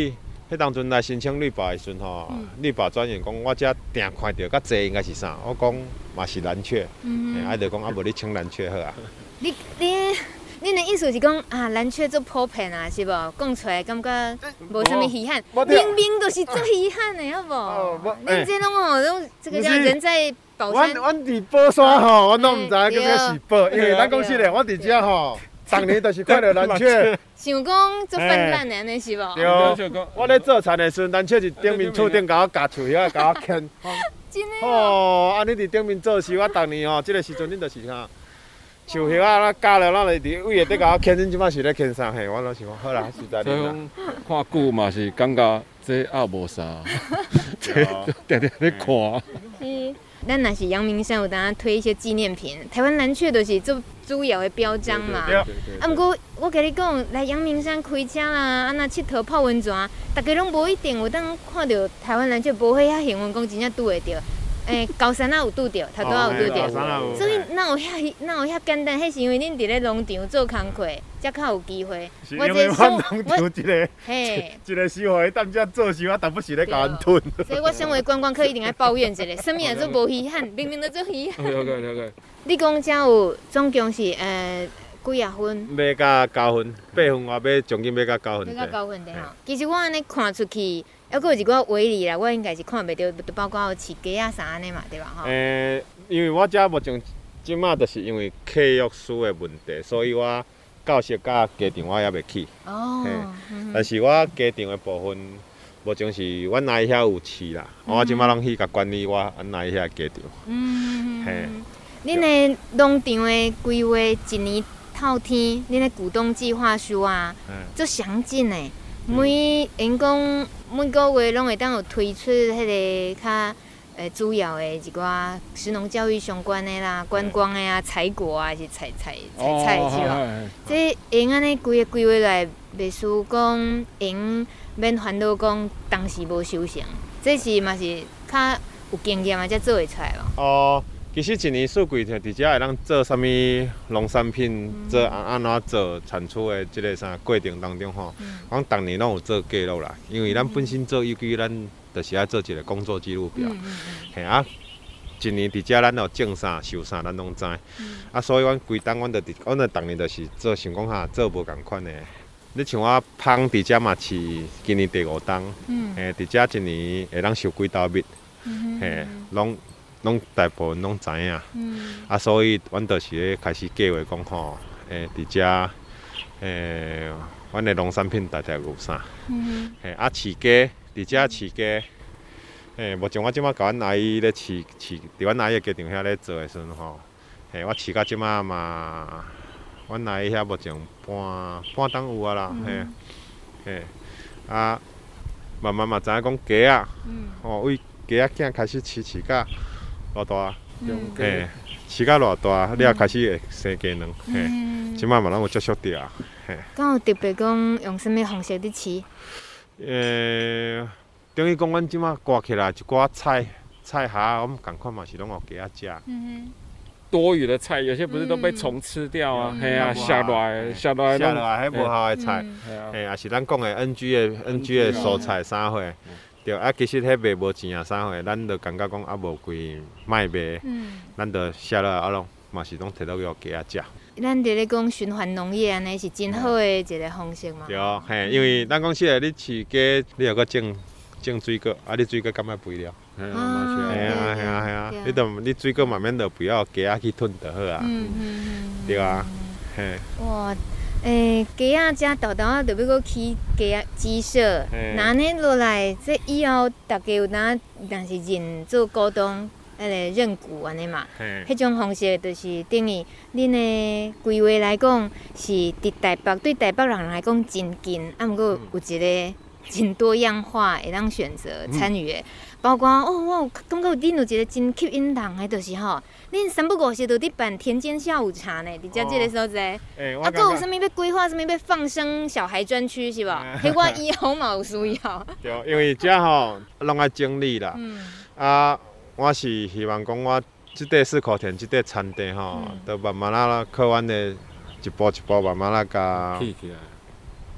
迄当阵来申请绿保的时阵吼，绿保专员讲，我遮定看到较济应该是啥？我讲嘛是蓝雀，嗯，啊就讲啊无你请蓝雀好啊。 你你恁的意思是讲啊，蓝雀做普遍啊，是无？讲出来感觉无啥物遗憾，明明就是做遗憾的，好无？恁这拢哦，拢这个叫人在宝山。 阮阮伫宝山吼，阮拢毋知影叫做是宝，因为咱讲实嘞，我伫遮吼。逐年就是看到蓝雀， 想讲做泛滥的安尼是无？ 对，我咧做田的时阵，蓝雀是顶面厝顶甲我夹树叶，甲我牵。 真的哦，啊，你伫顶面做事，我逐年吼，即个时阵恁就是啥，树叶啊，咱夹了，咱就伫位下底甲我牵，恁即摆是咧牵啥？嘿，我拢想讲好啦，实在哩啦。 看久嘛是感觉这也无啥，这定定咧看。 是，咱若是阳明山有当推一些纪念品，台湾蓝雀就是做主要的标章嘛。啊，毋过我甲你讲，来阳明山开车啦，啊那佚佗泡温泉，大家拢无一定有当看到台湾蓝雀，无迄遐幸运讲真正拄会着。诶，高山啊有拄着，头拄仔有拄着，所以哪有遐哪有遐简单？迄是因为恁伫咧农场做工课，才较有机会。 我这我农场一个，嘿，一个收获踮遮做事，我淡薄是咧甲阮吞。 所以我身为观光客，一定爱抱怨一下，啥物也做无遗憾，明明都做遗憾。 了解了解。 你讲遮有总共是诶几啊分？ 要甲九分，八分我要奖金要甲九分。 要甲九分的吼。其实我安尼看出去。还佫有一寡围篱啦，我应该是看袂到，就包括有饲鸡啊啥安尼嘛，对吧？吼。 诶，因为我遮目前即马就是因为客约书的问题，所以我教室甲家长我也袂去。哦。嗯、但是我家长的部分，目前是阮阿姨遐有饲啦，嗯、我即马拢去甲管理我阮阿姨遐家长。嗯。嘿。 恁的农场的规划一年透天，恁的股东计划书啊，足详尽的。每因讲每个月拢会当有推出迄个较诶主要的一寡食农教育相关的啦、观光的啊、采果啊，还是采采采菜是吧？这因安尼规个规划来，袂输讲因免烦恼讲当时无收成，这是嘛是较有经验啊才做会出来咯。 哦。其实一年四季伫伫遮会当做啥物农产品，做安安怎做产出的即个啥过程当中吼，我逐年拢有做记录啦。因为咱本身做有机，咱就是爱做一个工作记录表。嘿啊，一年伫遮咱要种啥收啥，咱拢知。啊，所以阮规档阮就伫，阮就逐年就是做想讲下做无共款的。你像我芳伫遮嘛是今年第五档，嘿，伫遮一年会当收几斗蜜，嘿，拢。拢大部分拢知影，嗯、啊，所以阮就是咧开始计划讲吼，诶，伫遮，诶，阮的农产品大概有啥？嗯、嘿，啊，饲鸡，伫遮饲鸡，诶，目前我即马甲阮阿姨咧饲饲，伫阮阿姨的家庭遐咧做的时阵吼，嘿，我饲到即马嘛，阮阿姨遐目前半半档有啊啦，嗯、嘿，嘿，啊，慢慢嘛知影讲鸡啊，嗯、哦，为鸡仔囝开始饲饲甲。偌大，嘿，饲到偌大，你也开始会生鸡卵，嘿，即摆嘛拢有接触到啊，嘿。 敢有特别讲用啥物方式伫饲？ 诶，等于讲阮即摆刮起来一寡菜菜蛤，我们共款嘛是拢互鸡仔食。嗯多余的菜有些不是都被虫吃掉啊？嘿啊，下来下来下来，迄无效的菜，嘿，也是咱讲的 N G 的 N G 的蔬菜啥货。对啊，其实迄卖无钱啊，啥货，咱就感觉讲啊无贵卖卖，嗯、咱就下落啊拢嘛是拢摕到去互鸡仔食。 咱伫咧讲循环农业安尼是真好的一个方式嘛。 对，嘿，因为咱讲实在，你饲鸡，你又搁种种水果，啊，你水果敢要肥了？ 嘿啊，嘛是啊，嘿啊，嘿啊，嘿啊，你都你水果慢慢就不要鸡仔去吞就好啊。嗯嗯嗯。对啊，嘿。哇。 诶，鸡仔遮豆豆啊，就要搁起鸡仔鸡舍，那安尼落来，这以后大家有当，但是认做股东，迄个认股安尼嘛，迄种方式就是等于恁的规划来讲，是伫台北对台北人来讲真近，啊，毋过有一个真多样化会当选择参与的。包括哦，我有感觉恁有一个真吸引人的，就是吼，恁三不五时就伫办田间下午茶呢，伫遮即个所在。欸、啊，佫有啥物要规划，啥物要放生小孩专区是无？迄我以后嘛有需要。 对，因为遮吼拢爱整理啦。嗯、啊，我是希望讲我即块四口田，即块田地吼，都、嗯、慢慢啦靠阮的一步一步慢慢啦甲。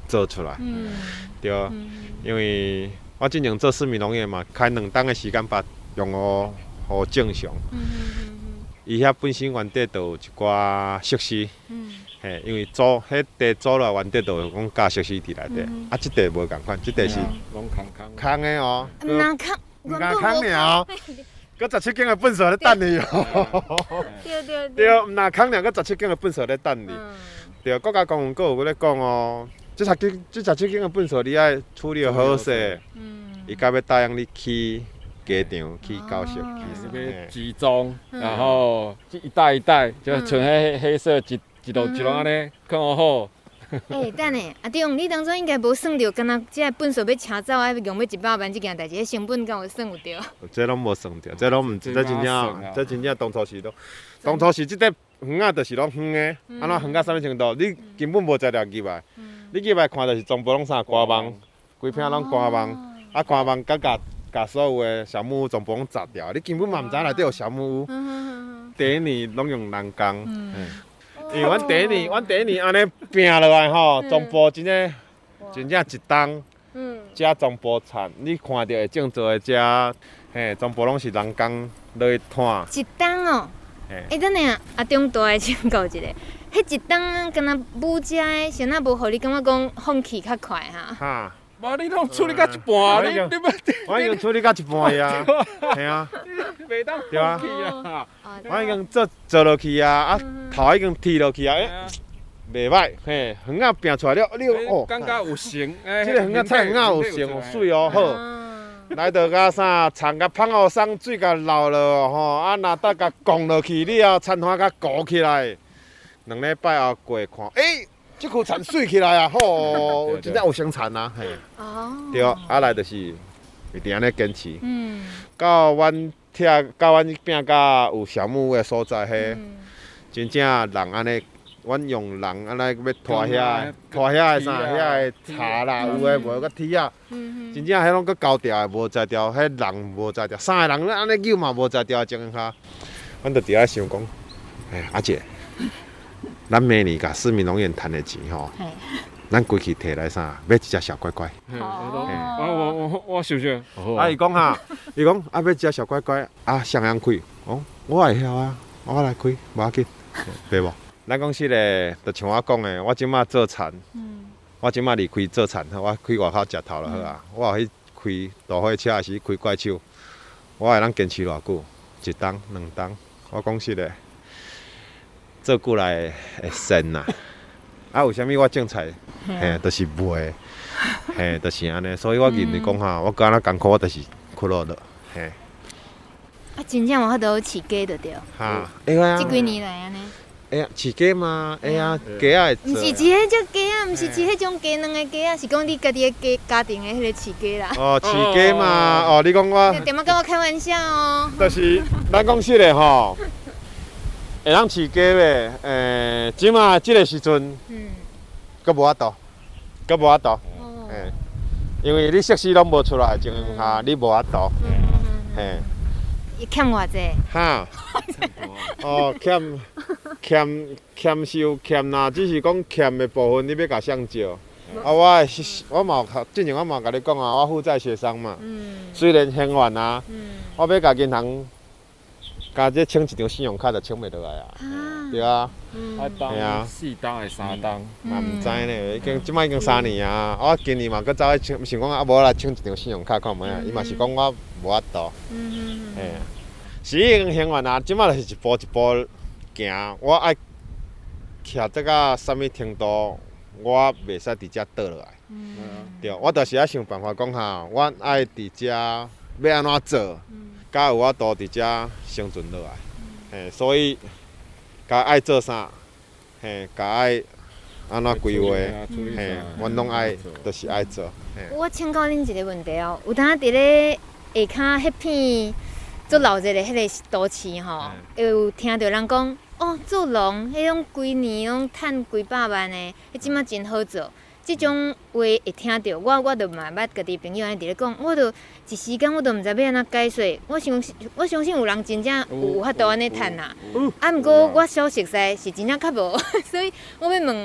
做出来， 嗯， 对，因为我之前做市民农业嘛，开两档的时间把用户好正常。伊遐本身原地就有一寡设施，嘿，因为租迄地租了原地就有讲加设施伫内底，啊，即地无共款，即地是拢空空空的哦， 毋通空， 毋敢空尔，佮十七间的粪扫咧等你哦， 对对对，毋若空尔，佮十七间的粪扫咧等你，对，国家公园佫有咧讲哦，即十七即十七间的粪扫你爱处理好势，伊才要答应你去。家场去交涉， 是要集中，然后一袋一袋，就像迄黑色一一路一路安尼看好好。 哎，等下，阿中，你当初应该无算着，敢若即个粪扫要车走，爱用要一百万即件代志，迄成本敢有算有着？ 这拢无算着，这拢毋，这真正，这真正当初是拢，当初是即块园仔就是拢远的，安怎远到啥物程度？你根本无才着入来，你入来看就是全部拢啥瓜网，规片拢瓜网，啊瓜网甲甲。甲所有的小木屋全部拢砸掉，你根本嘛毋知内底有小木屋。第一年拢用人工，因为阮第一年，阮第一年安尼拼落来吼，全部真正真正一档，遮全部铲，你看到会种做的遮，嘿，全部拢是人工落去摊。 一档哦，哎，等下阿中大爱请教一下，迄一档敢若母遮的，先那无互你感觉讲放弃较快哈？ 哈。 无你拢处理到一半，你你要我已经处理到一半呀，系啊， 袂当对啊， 啊， 我已经做做落去啊，啊头已经剃落去啊，诶，袂歹，嘿，园仔拼出来了，你哦， 感觉有成， 即个园仔菜园仔有成有水哦，好，来到甲啥，田甲芳荷松水甲流落吼，啊，若搭甲降落去了，田花甲鼓起来，两礼拜后过看，诶。即区田水起来啊，吼，真正有生产啊，嘿，对，啊来就是一定安尼坚持，嗯，到阮拆，到阮拼甲有小木屋的所在，迄真正人安尼，阮用人安尼要拖遐，拖遐的啥，遐的柴啦，有诶无个铁啊，真正迄拢搁交掉的无才调，迄人无才调，三个人安尼扭嘛无才调的情况下，阮就伫遐想讲，哎，阿姐。咱明年甲市民农园赚的钱吼，咱规气摕来啥？买一只小乖乖。 我我我我想想。 啊，伊讲哈，伊讲啊，买一只小乖乖，啊，谁人开？哦，我会晓啊，我来开，无要紧，对无？咱公司咧，就像我讲的，我即马做田，我即马离开做田，我开外口食头就好啊。我去开大货车，还是开怪手，我会当坚持偌久？一档、两档，我讲实咧。做久来会神呐，啊，为虾米我种菜，嘿，都是卖，嘿，都是安尼，所以我认为讲哈，我干那艰苦，我都是苦乐的，嘿。 啊，真正有法度饲鸡就对。 哈，会啊。 这几年来安尼。 哎呀，饲鸡嘛，哎呀，鸡啊会做。 毋是饲迄种鸡啊，毋是饲迄种鸡卵的鸡啊，是讲你家己的鸡家庭的迄个饲鸡啦。 哦，饲鸡嘛，哦，你讲我。 点啊跟我开玩笑哦。 就是咱讲实的吼。会当饲鸡呗，诶，即马即个时阵，嗯，阁无法度，阁无法度，诶，因为你设施拢无出来的情况下，你无法度，嘿， 伊欠偌济？ 哈，哦，欠欠欠是有欠啦，只是讲欠的部分你要甲上少。啊，我我嘛有，之前我嘛甲你讲啊，我负债协商嘛，虽然很远啊，我要甲银行。加这请一张信用卡就请袂落来啊，对啊， 系啊，四档还是三档， 嘛毋知呢，已经即摆已经三年啊，我今年嘛搁走去请，想讲啊无来请一张信用卡看卖啊，伊嘛是讲我无法度，嘿，是已经行完啊，即摆就是一步一步行，我爱徛这个啥物程度，我袂使伫遮倒落来，对，我就是爱想办法讲哈，我爱伫遮要安怎做。甲有法度伫遮生存落来，嘿，所以甲爱做啥，嘿，甲爱安怎规划，嘿，阮拢爱，就是爱做。 我请教恁一个问题哦，有当伫咧下骹迄片做老热的迄个都市吼，有听到人讲，哦，做农迄种规年拢趁几百万的，迄即马真好做。即种话会听到，我我就嘛捌家己朋友安尼伫咧讲，我就一时间我都毋知要安怎解说。我相信我相信有人真正有法度安尼趁啦，啊，毋过我所熟悉是真正较无，所以我要问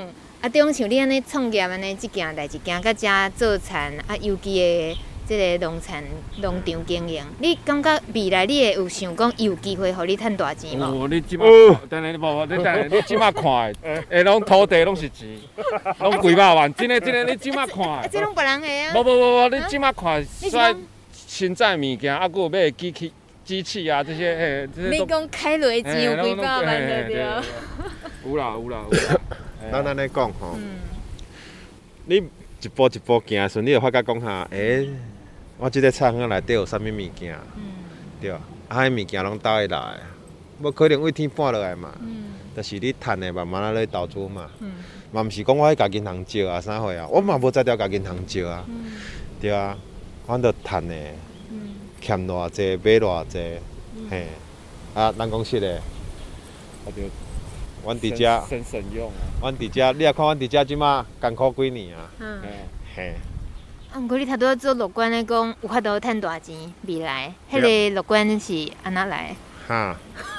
啊，对，讲像你安尼创业安尼，即件代志行到遮做田啊，有机的即个农产农场经营，你感觉未来你会有想讲有机会，互你趁大钱无？ 哦，你即马，等下无无，你等下，你即马看的，诶，拢土地拢是钱，拢几百万，真诶真诶，你即马看的。 这拢别人的啊。 无无无无，你即马看，说新在物件，啊，佫买机器、机器啊，这些嘿，这些你讲开落钱有几百万对对？ 有啦有啦有啦。 咱安尼讲吼，你一步一步行顺，你就发觉讲哈，诶，我即个菜园内底有啥物物件，对，啊，迄物件拢倒会来，无可能为天搬落来嘛，就是你趁的慢慢啊咧投资嘛，嘛毋是讲我迄家银行借啊啥货啊，我嘛无在条家银行借啊，对啊，阮着趁的，欠偌济买偌济，嘿，啊，咱讲实的，啊着。阮伫遮， 省省用啊！ 阮伫遮，你也看阮伫遮即马艰苦几年啊。嗯。嘿。 啊，毋过你头拄仔做乐观的讲，有法度趁大钱，未来，迄个乐观是安怎来？ 哈。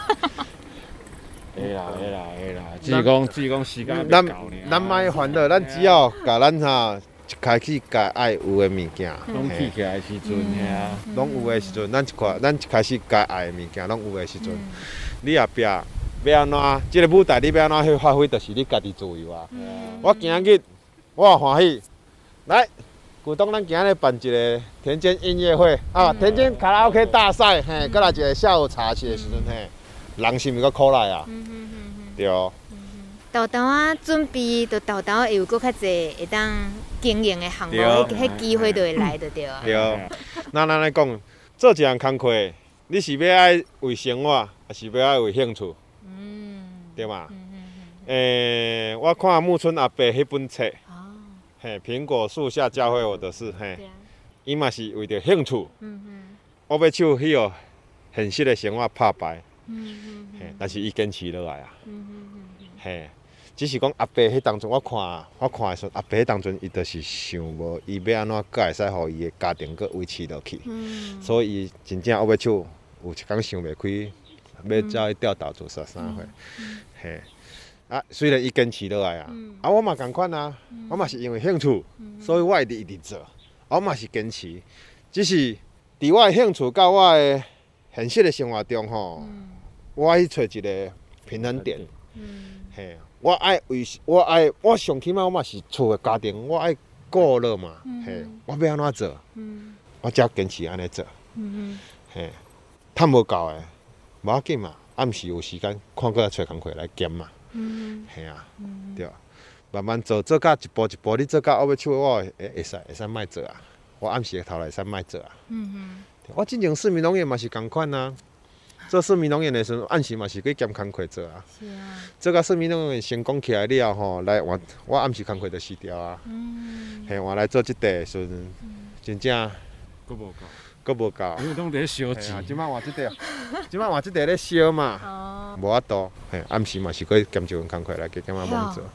会啦会啦会啦，只是讲只是讲时间咱要到呢。 咱莫烦恼，咱只要甲咱哈一开始甲爱有的物件， 拢起起来时阵，嘿啊， 拢有的时阵，咱一块，咱一开始甲爱的物件，拢有的时阵，你后壁。要安怎？即个舞台你要安怎去发挥，就是你家己自由啊！我今日我也欢喜，来，股东咱今日办一个田间音乐会啊，田间卡拉 OK 大赛，嘿，再来一个下午茶去的时阵，嘿，人是毋是搁苦来啊？对。 豆豆啊，准备就豆豆会有搁较济会当经营的项目，迄迄机会就会来的对啊。 对，咱安尼讲，做一项工课，你是要爱为生活，还是要爱为兴趣？对嘛？诶、欸，我看木村阿伯迄本册，嘿，苹果树下教会我的事，嘿，伊嘛是为着兴趣，我要手迄个现实的生活拍败，嘿，但是伊坚持落来啊，嘿，只是讲阿伯迄当阵，我看我看的时候，阿伯迄当阵伊就是想无，伊要安怎才会使互伊的家庭搁维持落去，所以伊真正我要手有一工想袂开。要走去钓豆做啥啥货，嘿，啊，虽然伊坚持落来啊，啊，我嘛共款啊，我嘛是因为兴趣，所以我一直一直做，我嘛是坚持，只是伫我的兴趣甲我的现实的生活中吼，我爱去找一个平衡点，嘿，我爱为我爱我上起码我嘛是厝的家庭，我爱顾了嘛，嘿，我要安怎做，我才坚持安尼做，嘿，趁无够的。无要紧嘛，暗时有时间看过来找工课来兼嘛，嘿啊，对，慢慢做，做到一步一步，你做到我要手，我会会使会使莫做啊，我暗时头来会使莫做啊。我之前市民农园嘛是共款啊，做市民农园的时候，暗时嘛是去兼工课做啊。是啊。做到市民农园成功起来了吼，来我我暗时工课就辞掉啊。嗯。嘿，我来做即块的时阵，真正佫无够。 佫无够， 因为拢伫烧钱。 即摆换即块，即摆换即块咧烧嘛，无法度。嘿，暗时嘛是去兼一份工课来加减啊忙做。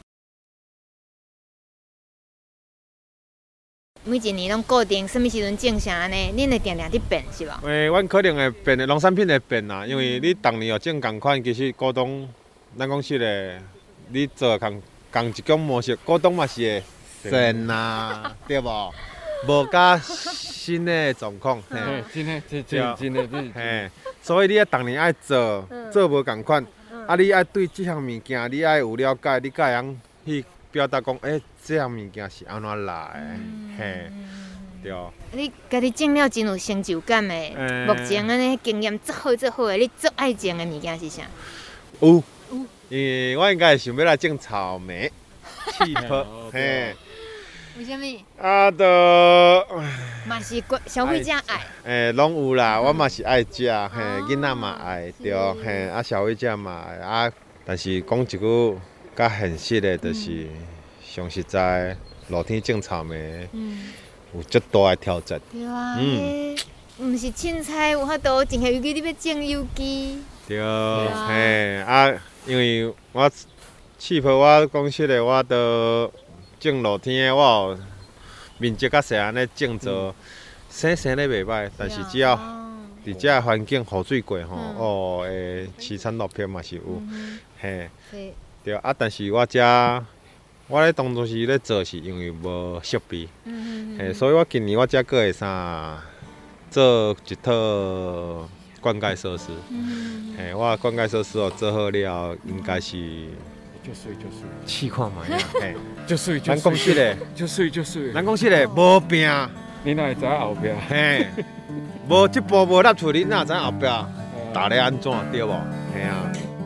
每一年拢固定，什么时阵种啥呢？恁会定定伫变是无？ 诶，阮可能会变的，农产品会变啦，因为你逐年哦种共款，其实股东，咱讲实诶，你做共共一种模式，股东嘛是会变啦，对无？无甲新的状况，嘿， 真诶，真真真诶，真嘿，所以你爱逐年爱做，做无共款，啊，你爱对即项物件，你爱有了解，你才会晓去表达讲，诶，即项物件是安怎来的，嘿，对。 你家己种了真有成就感的，目前安尼经验最好最好的，你最爱种的物件是啥？ 有，因为我应该想要来种草莓、气泡，嘿。 为什么？ 啊，都嘛是消费者爱。 诶，拢有啦，我嘛是爱食，嘿，囡仔嘛爱，对，嘿，啊，消费者嘛爱，啊，但是讲一句较现实的，就是上实在，露天种草莓，有足大的挑战。 对啊，嗯，毋是凊彩有法度种有机，你要种有机。 对，嘿，啊，因为我气泡，我讲实的，我都。种露天的，我有面积较细安尼种做，生生咧袂歹，但是只要伫遮环境雨水过吼，哦，诶，饲产落片嘛是有，嘿，对啊，但是我遮我咧当初是咧做，是因为无设备， 嗯嘿，所以我今年我才过会啥做一套灌溉设施。 嗯， 嘿，我灌溉设施哦做好了，应该是就水就水， 试看嘛，嘿， 就水就咱讲实嘞， 就水就水。 咱讲实嘞，无拼， 你哪会知后壁？ 嘿，无这步无踏出，你哪知后壁打咧安怎对无？嘿啊。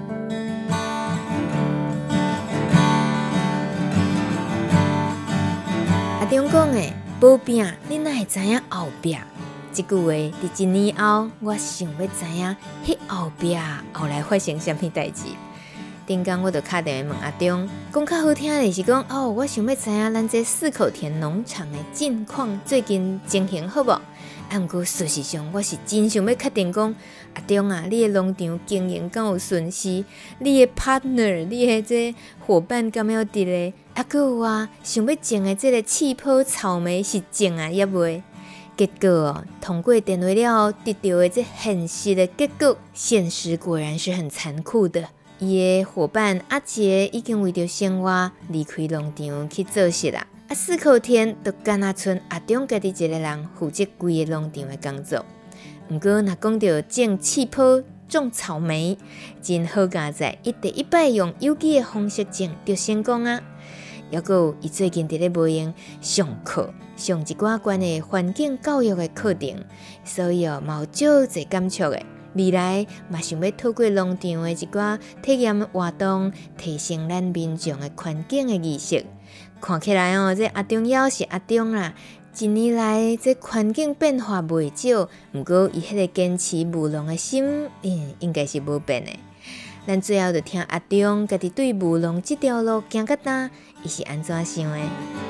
阿中讲的无拼，你哪会知影后壁？这句话伫一年后，我想要知影迄后壁后来发生什么代志。顶工我就打电话问阿中，讲较好听的是讲哦，我想要知影咱这四口田农场的近况最近情形好无？啊，毋过事实上我是真想要确定讲，阿中啊，你的农场经营敢有顺势？你的 partner， 你的这伙伴敢有伫咧？啊，佮有啊，想要种的这个气泡草莓是种啊，抑未？结果哦，通过电话了后得到的这现实的结果，现实果然是很残酷的。伊的伙伴阿杰已经为着生活离开农场去做事啦。啊，四口田就干那剩阿中家己一个人负责规个农场的工作。毋过，若讲到种气泡、种草莓，真好佳在，伊第一摆用有机的方式种就成功啊！还有伊最近伫咧无闲上课，上一寡关于环境教育的课程，所以哦，嘛有足侪感触的。未来嘛想要透过农场的一寡体验活动，提升咱民众的环境的意识。看起来哦，这阿中要是阿中啦，一年来这环境变化袂少，毋过伊迄个坚持务农的心，嗯，应该是无变的。咱最后就听阿中家己对务农这条路行到哪，伊是安怎想的？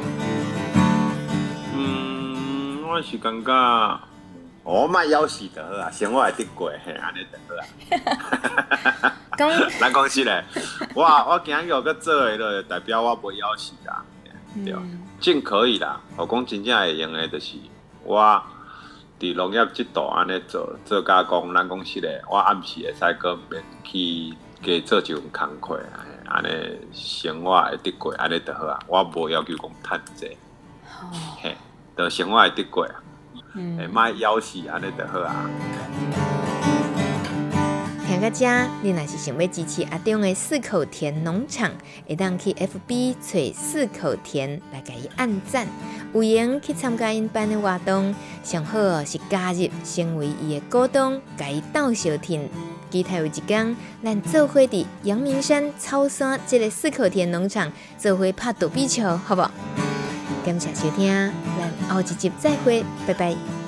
嗯，我是感觉。哦，莫枵死就好啊，生活会得过，嘿，安尼就好啊。讲，咱讲实咧，我我今日个做的了，代表我无枵死啦，对，种可以啦。我讲真正会用的，就是我伫农业这度安尼做，做加工，咱讲实咧，我暗时会使搁免去加做一份工课，安尼生活会得过，安尼就好啊。我无要求讲趁济，嘿，就生活会得过啊。嗯，莫枵死安尼就好啊。 听到这，你若是想要支持阿中的四口田农场，会当去 F B 找四口田来给伊按赞，有闲去参加因办的活动，上好哦是加入成为伊的股东，给伊斗相挺。期待有一天，咱做伙伫阳明山草山这个四口田农场做伙拍躲避球，好不好？感谢收听，咱后一集再会，拜拜。